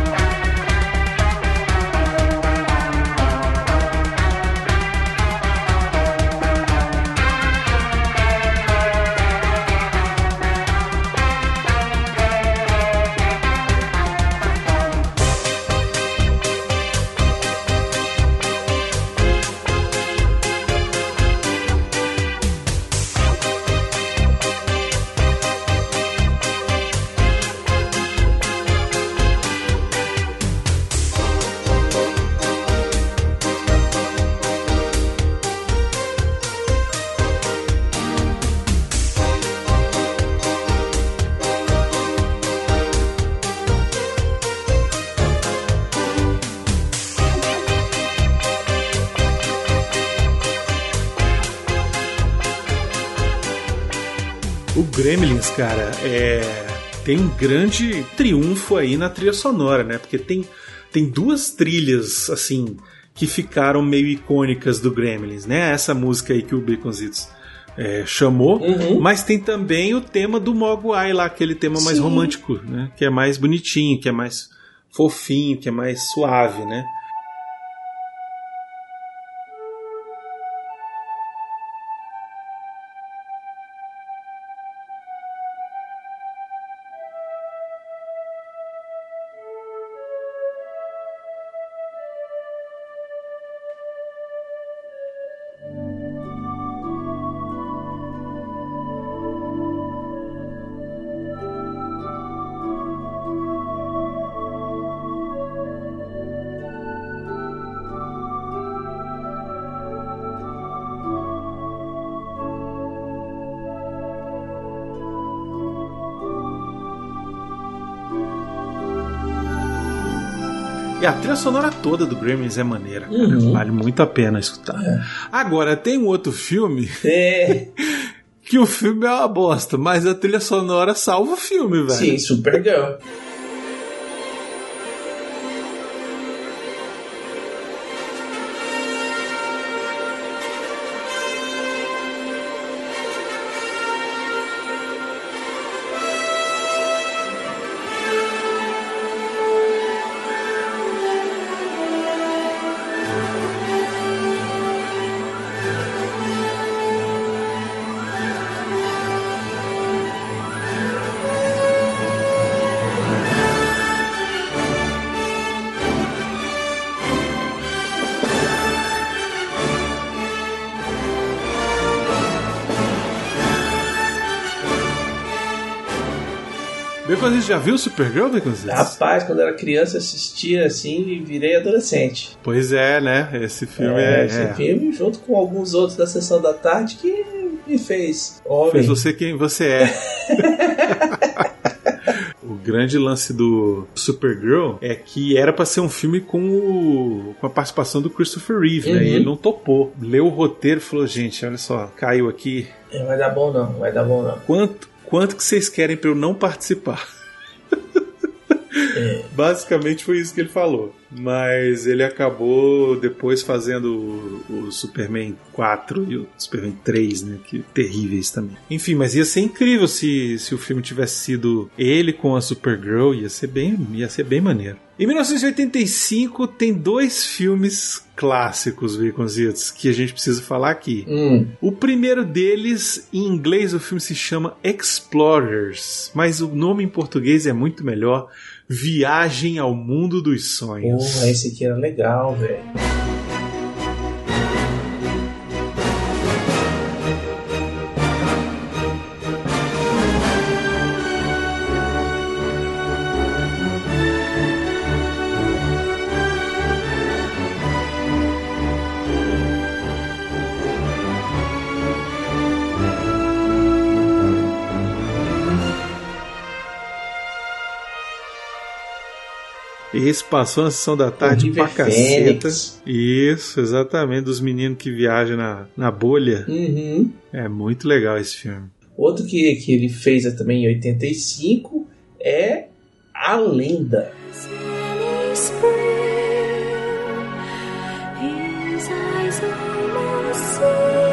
O Gremlins, cara, é... tem um grande triunfo aí na trilha sonora, né? Porque tem, tem duas trilhas, assim, que ficaram meio icônicas do Gremlins, né? Essa música aí que o Baconzitos é, chamou, Uhum. mas tem também o tema do Mogwai lá, aquele tema mais Sim. romântico, né? Que é mais bonitinho, que é mais fofinho, que é mais suave, né? E a trilha sonora toda do Gremlins é maneira, cara. Uhum. Vale muito a pena escutar. É. Agora, tem um outro filme É. que o filme é uma bosta, mas a trilha sonora salva o filme, velho. Sim, Supergirl. Baconzitos, já viu Supergirl, Baconzitos? Rapaz, quando eu era criança assistia assim e virei adolescente. Pois é, né? Esse filme É, é... esse é. filme, junto com alguns outros da Sessão da Tarde, que me fez homem. Fez você quem você é. O grande lance do Supergirl é que era pra ser um filme com, o, com a participação do Christopher Reeve, Uhum. né? E ele não topou. Leu o roteiro e falou, gente, olha só, caiu aqui. Não vai dar bom não, vai dar bom não. Quanto, quanto que vocês querem pra eu não participar? É. Basicamente foi isso que ele falou. Mas ele acabou depois fazendo o, o Superman quatro e o Superman três, né? Que terríveis também. Enfim, mas ia ser incrível se, se o filme tivesse sido ele com a Supergirl. Ia ser bem, ia ser bem maneiro. Em mil novecentos e oitenta e cinco tem dois filmes clássicos, Baconzitos, que a gente precisa falar aqui. Hum. O primeiro deles, em inglês, o filme se chama Explorers, mas o nome em português é muito melhor. Viagem ao Mundo dos Sonhos. Porra, esse aqui era legal, velho. Esse passou na sessão da tarde River pra caceta. Fênix. Isso, exatamente, dos meninos que viajam na, na bolha. Uhum. É muito legal esse filme. Outro que, que ele fez também em oitenta e cinco é A Lenda. His eyes almost see.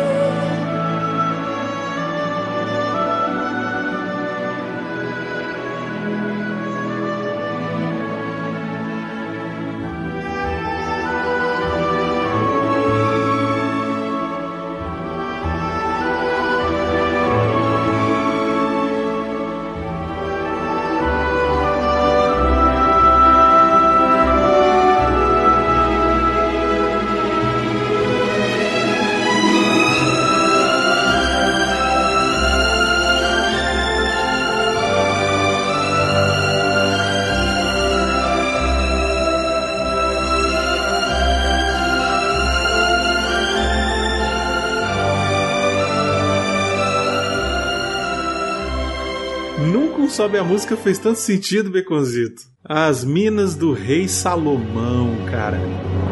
Nunca um Sobe a Música fez tanto sentido, Baconzito. As Minas do Rei Salomão, cara.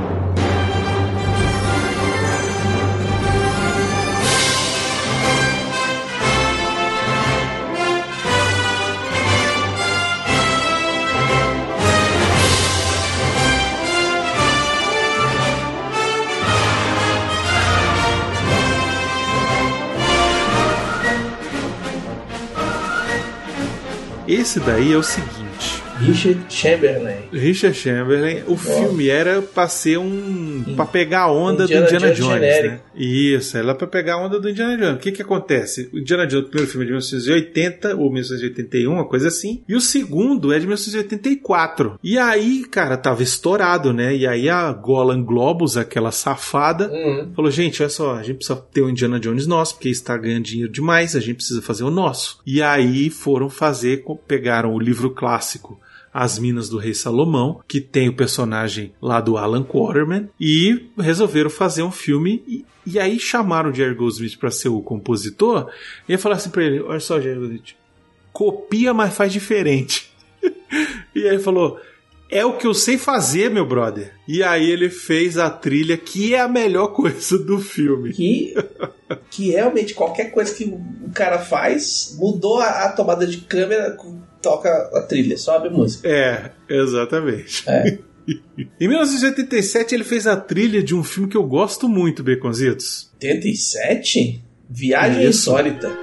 Esse daí é o seguinte. Richard Chamberlain. Richard Chamberlain, o filme era pra ser um... pra pegar a onda Indiana do Indiana Jones Jones, genérico. né? Isso, era pra pegar a onda do Indiana Jones. O que que acontece? O Indiana Jones, o primeiro filme é de mil novecentos e oitenta ou mil novecentos e oitenta e um, uma coisa assim. E o segundo é de mil novecentos e oitenta e quatro. E aí, cara, tava estourado, né? E aí a Golan Globus, aquela safada, Uhum. falou, gente, olha só, a gente precisa ter o Indiana Jones nosso, porque está ganhando dinheiro demais, a gente precisa fazer o nosso. E aí foram fazer, pegaram o livro clássico As Minas do Rei Salomão, que tem o personagem lá do Alan Quarterman, e resolveram fazer um filme. E, e aí chamaram o Jerry Goldsmith para ser o compositor, e ia falar assim pra ele, olha só, Jerry Goldsmith, copia, mas faz diferente. E aí ele falou, é o que eu sei fazer, meu brother. E aí ele fez a trilha, que é a melhor coisa do filme. Que, que realmente qualquer coisa que o cara faz, mudou a, a tomada de câmera, toca a trilha, sobe a música. É, exatamente. É. Em mil novecentos e oitenta e sete ele fez a trilha de um filme que eu gosto muito, Baconzitos. oitenta e sete? Viagem Isso. Insólita.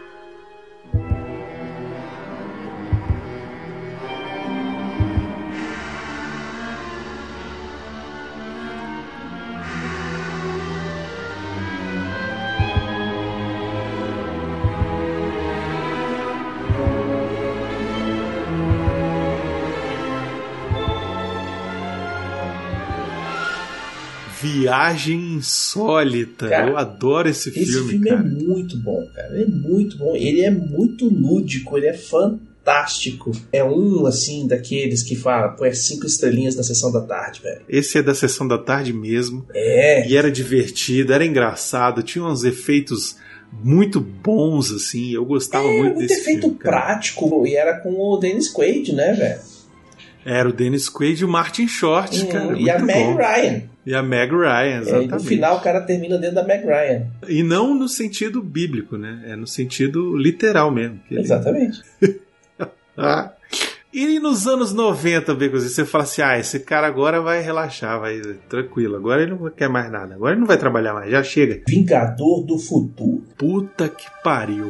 Viagem Insólita. Cara, eu adoro esse filme, Esse filme cara. é muito bom, cara. Ele é muito bom. Ele é muito lúdico, ele é fantástico. É um, assim, daqueles que fala, pô, é cinco estrelinhas na sessão da tarde, velho. Esse é da Sessão da Tarde mesmo. É. E era divertido, era engraçado, tinha uns efeitos muito bons, assim. Eu gostava É, muito muito desse efeito filme, cara. prático. E era com o Dennis Quaid, né, velho? Era o Dennis Quaid e o Martin Short, Hum, cara. e a muito Meg bom. Ryan. E a Meg Ryan, É, e exatamente. no final o cara termina dentro da Meg Ryan. E não no sentido bíblico, né? É no sentido literal mesmo. que ele- Exatamente. Ah. E nos anos noventa, Becozinho, você fala assim, ah, esse cara agora vai relaxar, vai tranquilo, agora ele não quer mais nada, agora ele não vai trabalhar mais, já chega. Vingador do Futuro. Puta que pariu.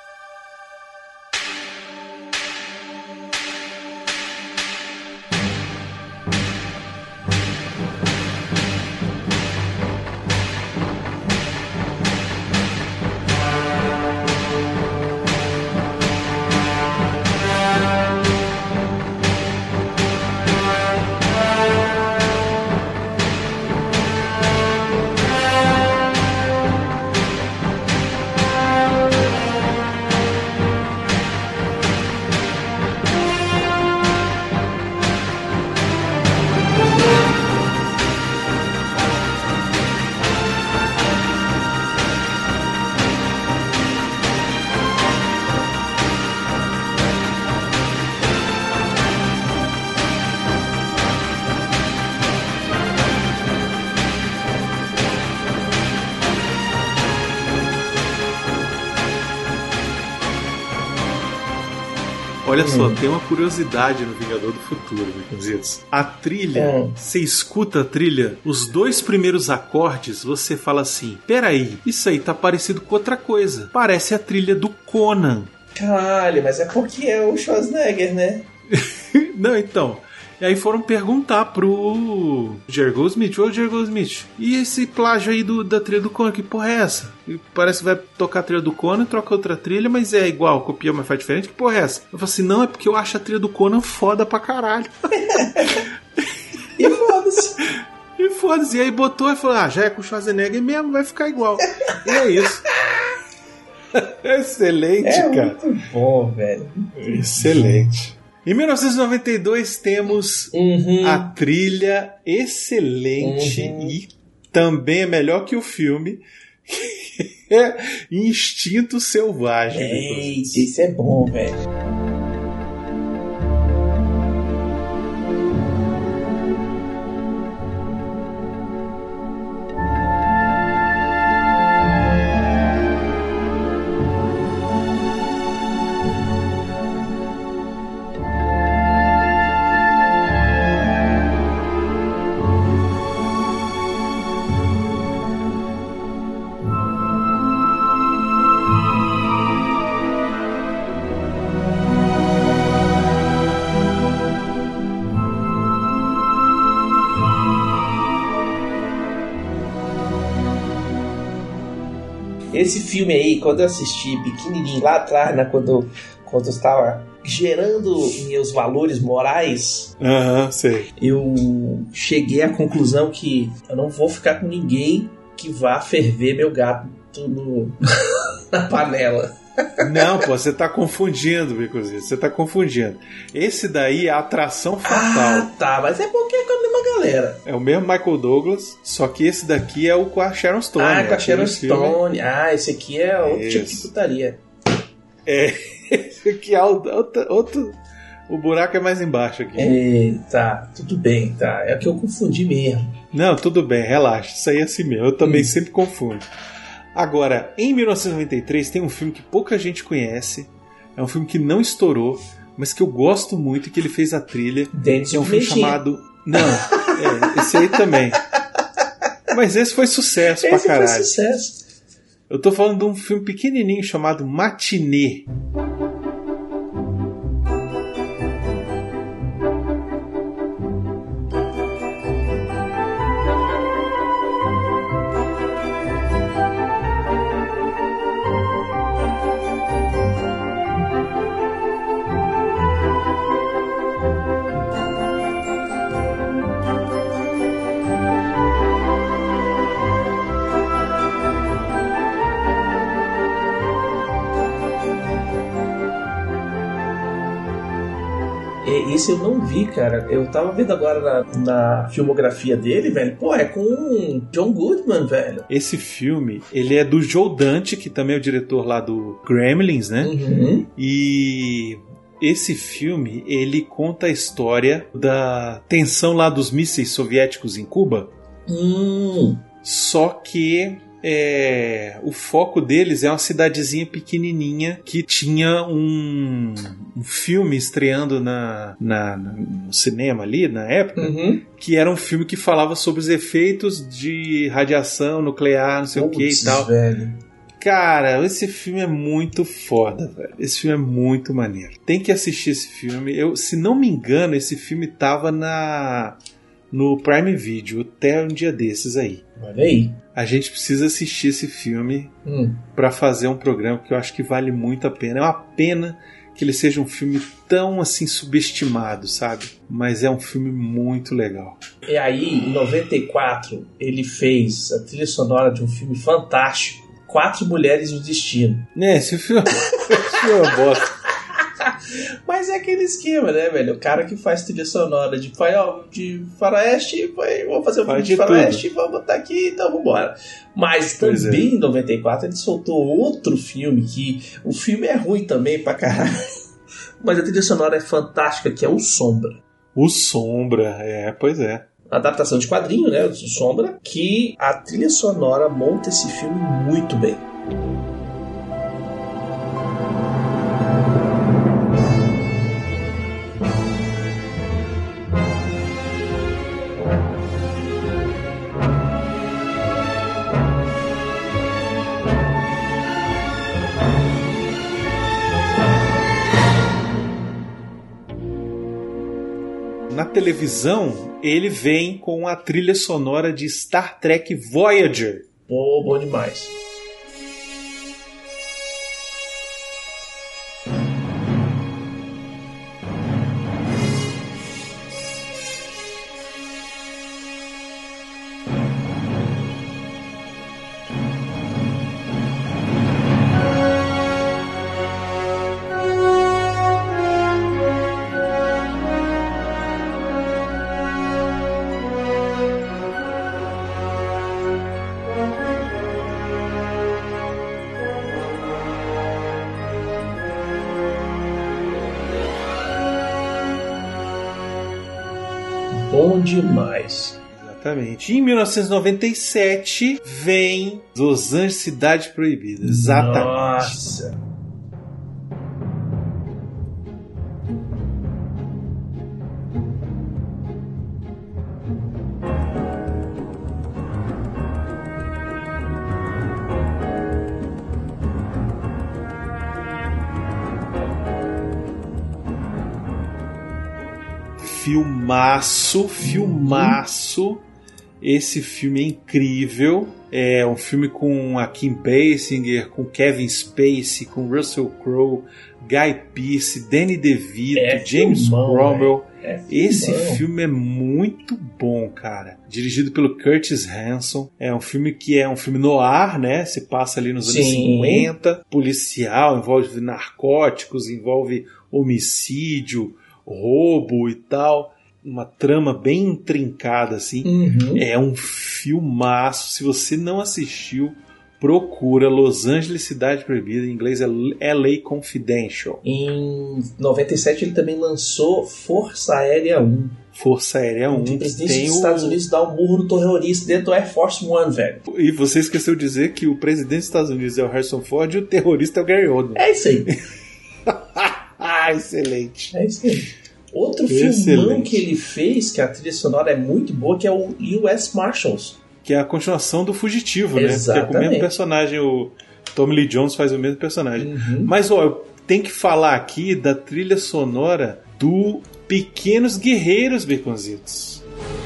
Olha só, tem uma curiosidade no Vingador do Futuro, Baconzitos. A trilha, Hum. você escuta a trilha, os dois primeiros acordes, você fala assim, peraí, isso aí tá parecido com outra coisa. Parece a trilha do Conan. Caralho, mas é porque é o Schwarzenegger, né? Não, então... E aí foram perguntar pro Jerry Goldsmith, ô Jerry Goldsmith, e esse plágio aí do, da trilha do Conan, que porra é essa? E parece que vai tocar a trilha do Conan, troca outra trilha, mas é igual, copia, mas faz diferente, que porra é essa? Eu falei assim, não, é porque eu acho a trilha do Conan foda pra caralho. E foda-se. E foda-se, e aí botou e falou, ah, já é com o Schwarzenegger mesmo, vai ficar igual. E é isso. Excelente, É cara. muito bom, velho. Excelente. Em mil novecentos e noventa e dois temos Uhum. a trilha excelente Uhum. e também é melhor que o filme, que é Instinto Selvagem. Eita, isso é bom, velho. Esse filme aí, quando eu assisti pequenininho lá atrás, né, quando, quando eu estava gerando meus valores morais, Aham, sei. eu cheguei à conclusão que eu não vou ficar com ninguém que vá ferver meu gato no, na panela. Não, pô, você tá confundindo, Bicozinho, você tá confundindo. Esse daí é a Atração Fatal. Ah, tá, mas é porque é com a mesma galera. É o mesmo Michael Douglas, só que esse daqui é o com a Sharon Stone. Ah, com a Aquele Sharon filme- Stone. Ah, esse aqui é outro tipo de Isso. putaria. É, esse aqui é outro, outro, O buraco é mais embaixo aqui. É, tá, tudo bem, tá. É que eu confundi mesmo. Não, tudo bem, relaxa. Isso aí é assim mesmo. Eu também Hum. sempre confundo. Agora, em mil novecentos e noventa e três tem um filme que pouca gente conhece. É um filme que não estourou, mas que eu gosto muito e que ele fez a trilha. Dentes É um de filme Pimentinha. chamado... Não, é, esse aí também. Mas esse foi sucesso Esse pra foi caralho. sucesso. Eu tô falando de um filme pequenininho chamado Matinê. É, esse eu não vi, cara. Eu tava vendo agora na, na filmografia dele, velho. Pô, é com o John Goodman, velho. Esse filme, ele é do Joe Dante, que também é o diretor lá do Gremlins, né? Uhum. E esse filme, ele conta a história da tensão lá dos mísseis soviéticos em Cuba. Hum. Só que é, o foco deles é uma cidadezinha pequenininha que tinha um, um filme estreando na, na, no cinema ali na época, Uhum. que era um filme que falava sobre os efeitos de radiação nuclear, não sei o que e Putz, tal. velho. Cara, esse filme é muito foda, velho. Esse filme é muito maneiro. Tem que assistir esse filme. Eu, se não me engano, esse filme tava na no Prime Video até um dia desses aí. Olha aí. A gente precisa assistir esse filme Hum. pra fazer um programa que eu acho que vale muito a pena. É uma pena que ele seja um filme tão assim subestimado, sabe? Mas é um filme muito legal. E aí, em noventa e quatro, ele fez a trilha sonora de um filme fantástico, Quatro Mulheres e o Destino. Né, esse filme, esse filme é uma bosta. Mas é aquele esquema, né, velho? O cara que faz trilha sonora de, ó, de faroeste, vai, vou fazer um Faz filme de de faroeste, vou botar aqui, então vambora. Mas Pois também em noventa e quatro ele soltou outro filme que o filme é ruim também pra caralho. Mas a trilha sonora é fantástica, que é o Sombra. O Sombra, é, pois é. Adaptação de quadrinho, né? O Sombra, que a trilha sonora monta esse filme muito bem. Na televisão, ele vem com a trilha sonora de Star Trek Voyager. Pô, bom demais. Bom demais. Exatamente. Em mil novecentos e noventa e sete vem Los Angeles Cidade Proibida. Exatamente. Nossa. Filmaço, filmaço. Esse filme é incrível. É um filme com a Kim Basinger, com Kevin Spacey, com Russell Crowe, Guy Pearce, Danny DeVito, É James filmão, Cromwell. É Esse filmão. filme é muito bom, cara. Dirigido pelo Curtis Hanson. É um filme que é um filme noir, né? Se passa ali nos anos Sim. cinquenta. Policial, envolve narcóticos, envolve homicídio, roubo e tal. Uma trama bem intrincada, assim. Uhum. É um filmaço. Se você não assistiu, procura Los Angeles Cidade Proibida, em inglês é L A Confidential. Em noventa e sete ele também lançou Força Aérea um. Força Aérea um. O presidente tem dos o... Estados Unidos dá um murro no terrorista dentro do Air Force One, velho. E você esqueceu de dizer que o presidente dos Estados Unidos é o Harrison Ford e o terrorista é o Gary Oldman. É isso aí. Ah, excelente. É isso aí. Outro Excelente. filmão que ele fez, que a trilha sonora é muito boa, que é o U S Marshals. Que é a continuação do Fugitivo, né? Exatamente. Que é com o mesmo personagem, o Tommy Lee Jones faz o mesmo personagem. Uhum. Mas, ó, eu tenho que falar aqui da trilha sonora do Pequenos Guerreiros Baconzitos.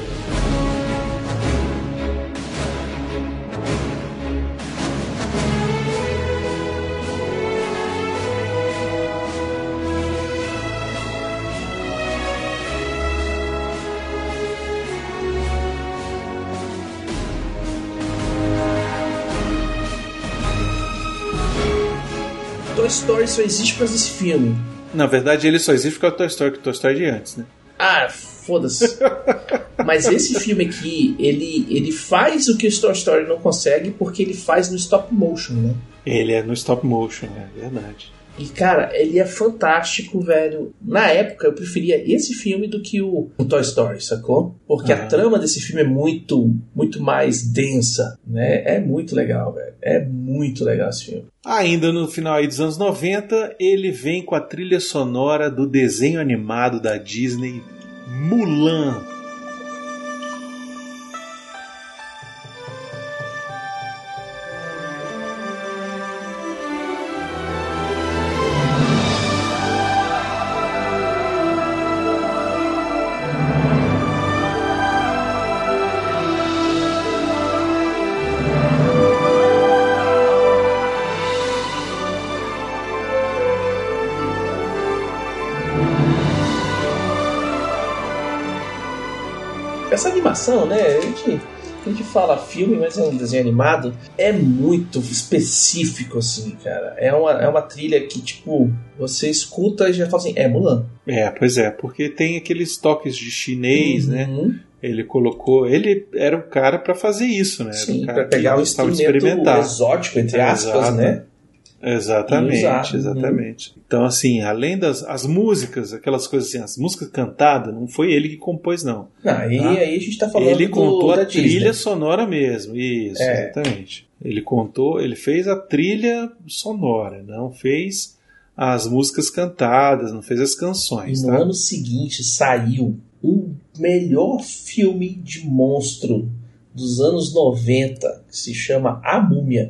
Toy Story só existe por causa desse filme. Na verdade, ele só existe por causa do Toy Story, que o Toy Story é de antes, né? Ah, foda-se. Mas esse filme aqui, ele, ele faz o que o Toy Story não consegue, porque ele faz no stop motion, né? Ele é no stop motion, é verdade. E, cara, ele é fantástico, velho. Na época, eu preferia esse filme do que o, o Toy Story, sacou? Porque Ah. a trama desse filme é muito, muito mais densa, né? É muito legal, velho. É muito legal esse filme. Ainda no final aí dos anos noventa, ele vem com a trilha sonora do desenho animado da Disney, Mulan. Essa animação, né? A gente, a gente fala filme, mas é um desenho animado. É muito específico, assim, cara. É uma, é uma trilha que, tipo, você escuta e já fala assim, é Mulan. É, pois é, porque tem aqueles toques de chinês, né? Uhum. Ele colocou... Ele era o cara pra fazer isso, né? Era Sim, o cara pra pegar que um gostava de instrumento experimentar. exótico, entre aspas, Exato. né? Exatamente, E usar. exatamente. Então, assim, além das as músicas, aquelas coisas assim, as músicas cantadas, não foi ele que compôs, não. Aí, Tá? aí a gente tá falando Ele do, contou da a trilha Disney. sonora mesmo, isso, É. exatamente. Ele contou, ele fez a trilha sonora, não fez as músicas cantadas, não fez as E canções, no tá? ano seguinte saiu o melhor filme de monstro dos anos noventa, que se chama A Múmia.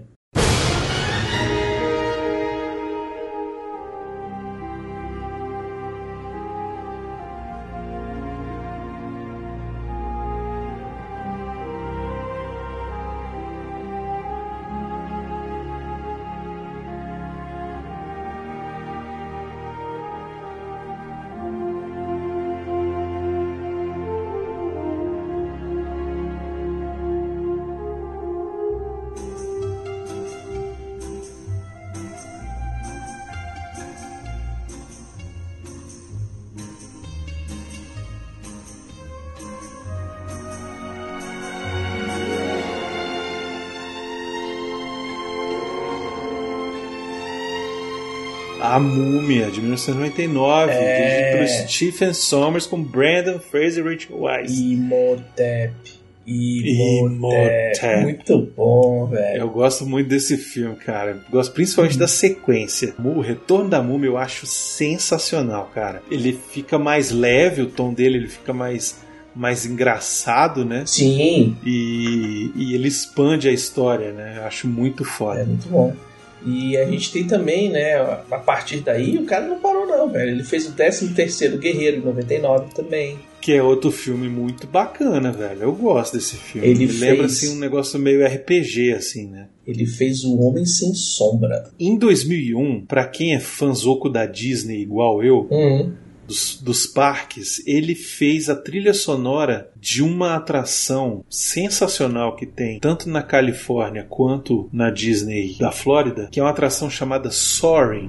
A Múmia, de mil novecentos e noventa e nove, É. dirigido por Stephen Sommers com Brandon Fraser e Rachel Weisz. Imhotep. Imhotep. Imhotep. Muito bom, velho. Eu gosto muito desse filme, cara. Gosto principalmente da sequência. O Retorno da Múmia eu acho sensacional, cara. Ele fica mais leve, o tom dele ele fica mais, mais engraçado, né? Sim, E, e ele expande a história, né? Eu acho muito é foda. muito bom. E a gente tem também, né, a partir daí, o cara não parou não, velho. Ele fez o décimo terceiro Guerreiro, em noventa e nove também. Que é outro filme muito bacana, velho. Eu gosto desse filme. Ele Me lembra, fez- assim, um negócio meio R P G, assim, né? Ele fez O Homem Sem Sombra. Em dois mil e um, pra quem é fãzoco da Disney igual eu, Uhum. dos, dos parques, ele fez a trilha sonora de uma atração sensacional que tem tanto na Califórnia quanto na Disney da Flórida, que é uma atração chamada Soaring.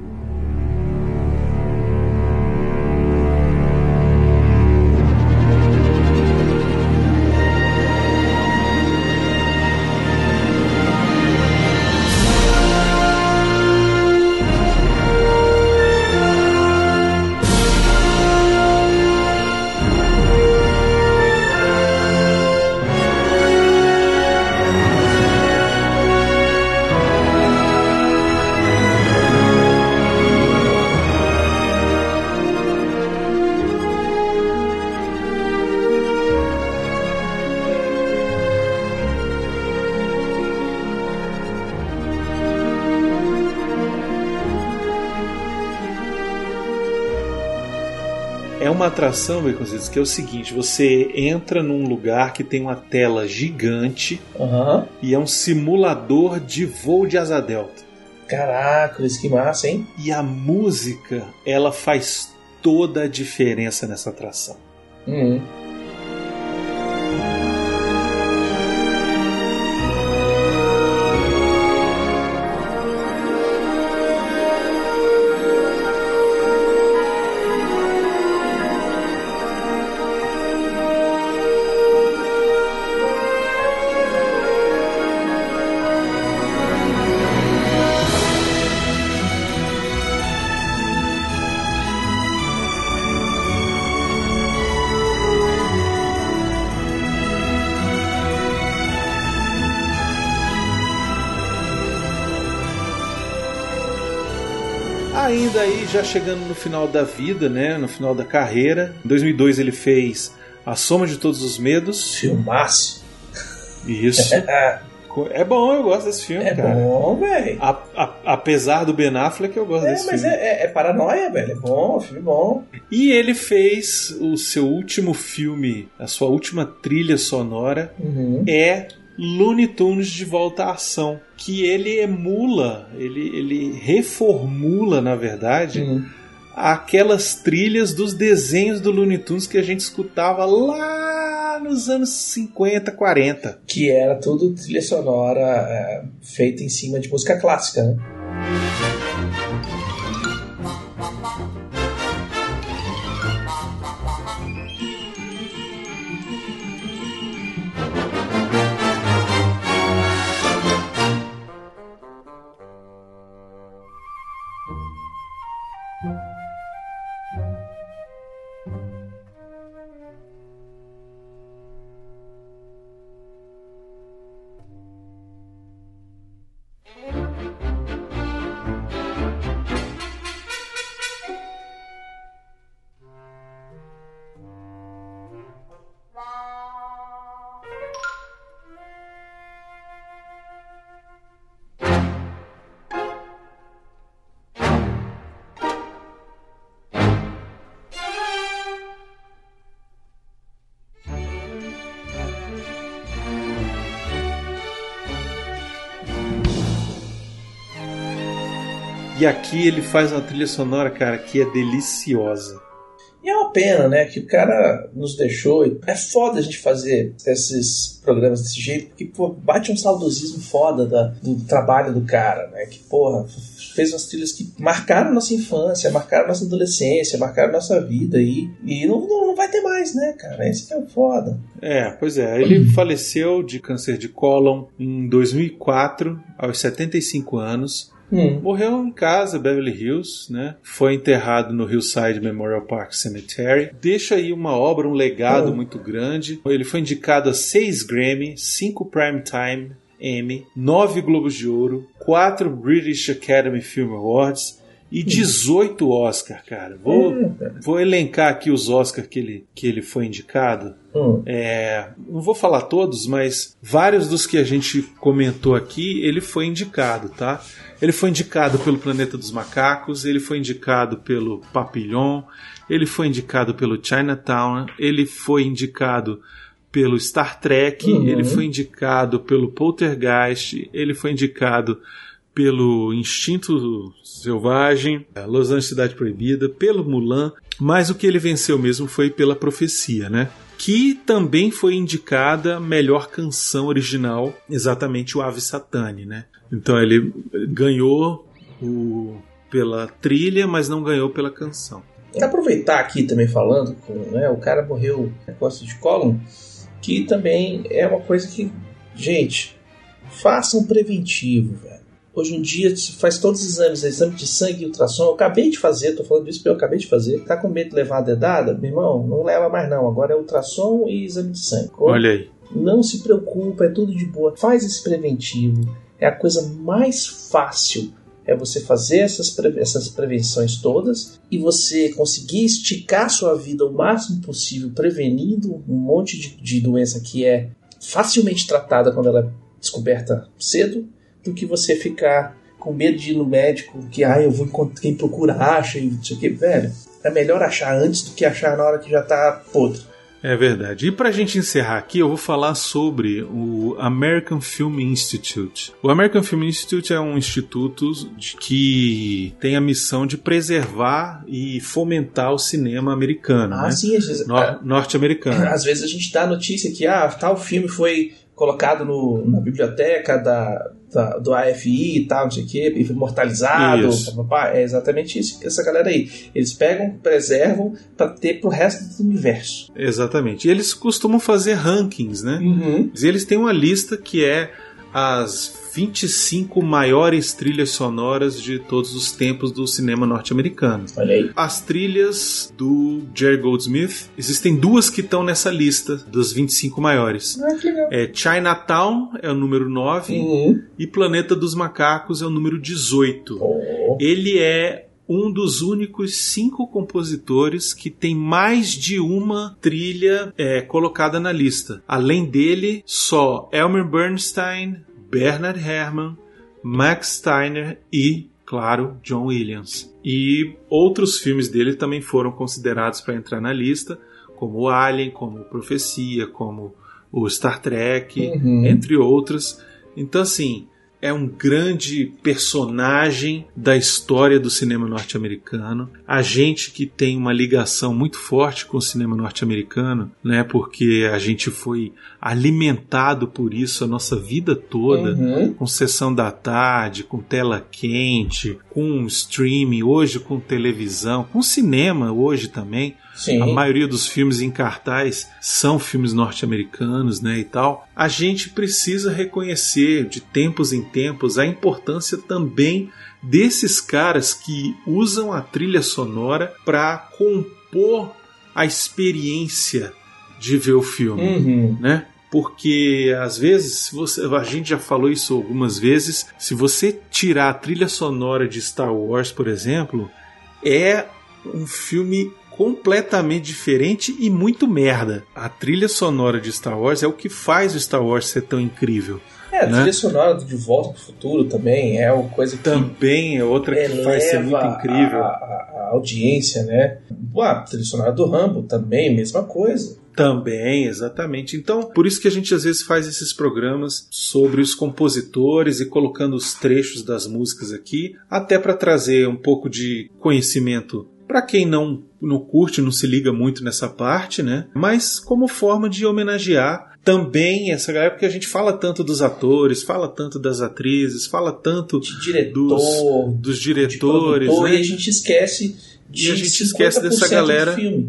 É uma atração, Baconzitos, que é o seguinte: você entra num lugar que tem uma tela gigante Aham. e é um simulador de voo de asa delta. Caraca, isso que massa, hein? E a música, ela faz toda a diferença nessa atração. Uhum. Ainda aí, já chegando no final da vida, né, no final da carreira, em dois mil e dois ele fez A Soma de Todos os Medos. Filmaço. Isso. É bom, eu gosto desse filme, É cara. bom, velho. A- a- apesar do Ben Affleck, eu gosto É, desse mas filme. é, é- é paranoia, velho. É bom, filme bom. E ele fez o seu último filme, a sua última trilha sonora, Uhum. é Looney Tunes de Volta à Ação, que ele emula, ele, ele reformula, na verdade, Uhum. aquelas trilhas dos desenhos do Looney Tunes que a gente escutava lá nos anos cinquenta, quarenta. Que era tudo trilha sonora é, feita em cima de música clássica, né? E aqui ele faz uma trilha sonora, cara, que é deliciosa. E é uma pena, né, que o cara nos deixou. É foda a gente fazer esses programas desse jeito, porque, pô, bate um saudosismo foda da, do trabalho do cara, né, que, porra, fez umas trilhas que marcaram nossa infância, marcaram nossa adolescência, marcaram nossa vida aí, e não, não, não vai ter mais, né, cara, esse que é o foda. É, pois é, ele faleceu de câncer de cólon em dois mil e quatro, aos setenta e cinco anos. Hum. Morreu em casa, Beverly Hills, né? Foi enterrado no Hillside Memorial Park Cemetery. Deixa aí uma obra, um legado Hum. muito grande. Ele foi indicado a seis Grammy, cinco Primetime Emmy, nove Globos de Ouro, quatro British Academy Film Awards e dezoito Oscar, cara. Vou, Hum. vou elencar aqui os Oscars que ele, que ele foi indicado. Hum. É, não vou falar todos, mas vários dos que a gente comentou aqui, ele foi indicado, tá? Ele foi indicado pelo Planeta dos Macacos, ele foi indicado pelo Papillon, ele foi indicado pelo Chinatown, ele foi indicado pelo Star Trek, Uhum. ele foi indicado pelo Poltergeist, ele foi indicado pelo Instinto Selvagem, Los Angeles Cidade Proibida, pelo Mulan, mas o que ele venceu mesmo foi pela Profecia, né? Que também foi indicada melhor canção original, exatamente o Ave Satani, né? Então ele ganhou o, pela trilha, mas não ganhou pela canção. Aproveitar aqui também falando, com, né, o cara morreu com câncer de cólon, que também é uma coisa que, gente, façam preventivo, velho. Hoje em dia se faz todos os exames, exame de sangue e ultrassom. Eu acabei de fazer, tô falando isso porque eu acabei de fazer. Tá com medo de levar a dedada? Meu irmão, não leva mais não. Agora é ultrassom e exame de sangue. Olha aí. Não se preocupa, é tudo de boa. Faz esse preventivo. É a coisa mais fácil. É você fazer essas, pre- essas prevenções todas e você conseguir esticar sua vida o máximo possível, prevenindo um monte de, de doença que é facilmente tratada quando ela é descoberta cedo, do que você ficar com medo de ir no médico, que ah, eu vou encontrar quem procura acha e não sei o que, velho. É melhor achar antes do que achar na hora que já tá podre. É verdade. E pra gente encerrar aqui, eu vou falar sobre o American Film Institute. O American Film Institute é um instituto de- que tem a missão de preservar e fomentar o cinema americano, Ah, né? sim, às vezes, Nor- norte-americano. às vezes a gente dá a notícia que ah, tal filme foi colocado no, na biblioteca da, da- do A F I e tal, não sei o que, imortalizado. Isso. Papapá. É exatamente isso que essa galera aí. Eles pegam, preservam pra ter pro resto do universo. Exatamente. E eles costumam fazer rankings, né? Uhum. E eles têm uma lista que é as vinte e cinco maiores trilhas sonoras de todos os tempos do cinema norte-americano. Olha aí. As trilhas do Jerry Goldsmith, existem duas que estão nessa lista dos vinte e cinco maiores. Ah, que legal. É Chinatown, é o número nove, Uhum. e Planeta dos Macacos é o número dezoito. Oh. Ele é um dos únicos cinco compositores que tem mais de uma trilha é, colocada na lista. Além dele, só Elmer Bernstein, Bernard Herrmann, Max Steiner e, claro, John Williams. E outros filmes dele também foram considerados para entrar na lista, como o Alien, como Profecia, como o Star Trek, Uhum. entre outros. Então, assim, é um grande personagem da história do cinema norte-americano. A gente que tem uma ligação muito forte com o cinema norte-americano, né, porque a gente foi alimentado por isso a nossa vida toda, Uhum. com sessão da tarde, com tela quente, com streaming, hoje com televisão, com cinema hoje também. Sim. A maioria dos filmes em cartaz são filmes norte-americanos, né, e tal. A gente precisa reconhecer de tempos em tempos a importância também desses caras que usam a trilha sonora para compor a experiência de ver o filme, Uhum. né? Porque às vezes, se você, a gente já falou isso algumas vezes, se você tirar a trilha sonora de Star Wars, por exemplo, é um filme completamente diferente e muito merda. A trilha sonora de Star Wars é o que faz o Star Wars ser tão incrível. É, a né? trilha sonora do De Volta pro Futuro também é uma coisa que Também é outra que faz ser muito eleva incrível. A, a- a audiência, né? Ué, a trilha sonora do Rambo também, mesma coisa. Também, exatamente. Então, por isso que a gente às vezes faz esses programas sobre os compositores e colocando os trechos das músicas aqui, até para trazer um pouco de conhecimento para quem não, não curte, não se liga muito nessa parte, né? Mas como forma de homenagear também essa galera, porque a gente fala tanto dos atores, fala tanto das atrizes, fala tanto De diretor, dos, dos de diretores, produtor, né? e a gente esquece de E a gente esquece dessa cinquenta por cento galera. do filme.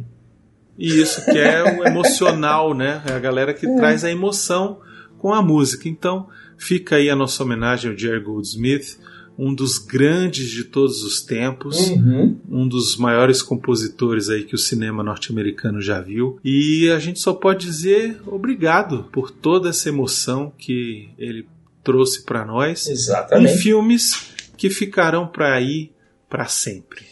E isso que é o emocional, né? É a galera que traz a emoção com a música. Então, fica aí a nossa homenagem ao Jerry Goldsmith, um dos grandes de todos os tempos, Uhum. um dos maiores compositores aí que o cinema norte-americano já viu. E a gente só pode dizer obrigado por toda essa emoção que ele trouxe para nós em Exatamente. filmes que ficarão para aí para sempre.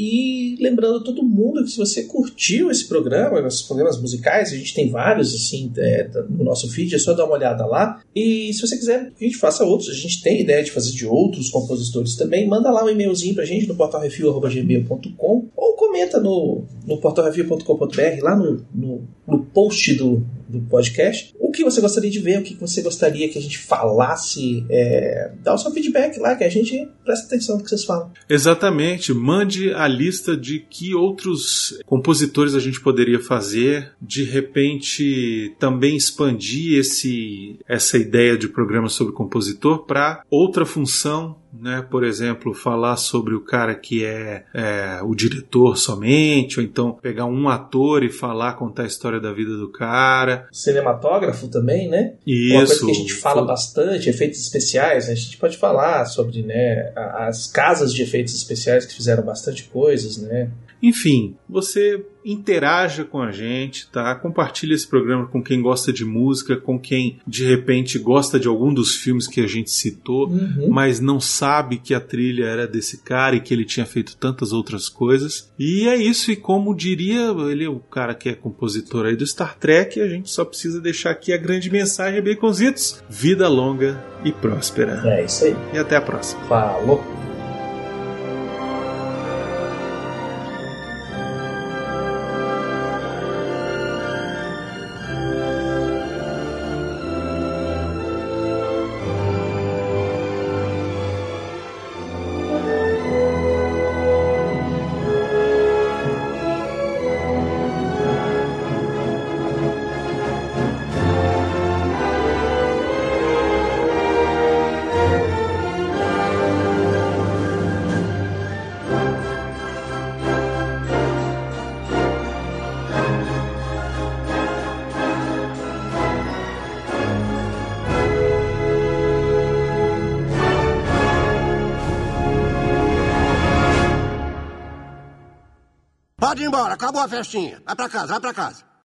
E lembrando a todo mundo que se você curtiu esse programa, nossos programas musicais, a gente tem vários assim é, no nosso feed, é só dar uma olhada lá. E se você quiser que a gente faça outros, a gente tem ideia de fazer de outros compositores também, manda lá um e-mailzinho pra gente no portal refil arroba gmail ponto com ou comenta no, no portal refil ponto com ponto b r, lá no, no, no post do, do podcast, o que você gostaria de ver, o que você gostaria que a gente falasse, é, dá o seu feedback lá, que a gente presta atenção no que vocês falam. Exatamente, mande a lista de que outros compositores a gente poderia fazer, de repente também expandir esse, essa ideia de programa sobre compositor para outra função, né? Por exemplo, falar sobre o cara que é, é o diretor somente, ou então pegar um ator e falar, contar a história da vida do cara. Cinematógrafo também, né? Isso. Uma coisa que a gente fala bastante, efeitos especiais, né? A gente pode falar sobre, né, a- as casas de efeitos especiais que fizeram bastante coisas, né? Enfim, você interaja com a gente, tá? Compartilha esse programa com quem gosta de música, com quem de repente gosta de algum dos filmes que a gente citou, Uhum. mas não sabe que a trilha era desse cara e que ele tinha feito tantas outras coisas. E é isso, e como diria, ele é o cara que é compositor aí do Star Trek, a gente só precisa deixar aqui a grande mensagem, baconzitos: vida longa e próspera. É isso aí. E até a próxima. Falou. Pode ir embora, acabou a festinha. Vai pra casa, vai pra casa.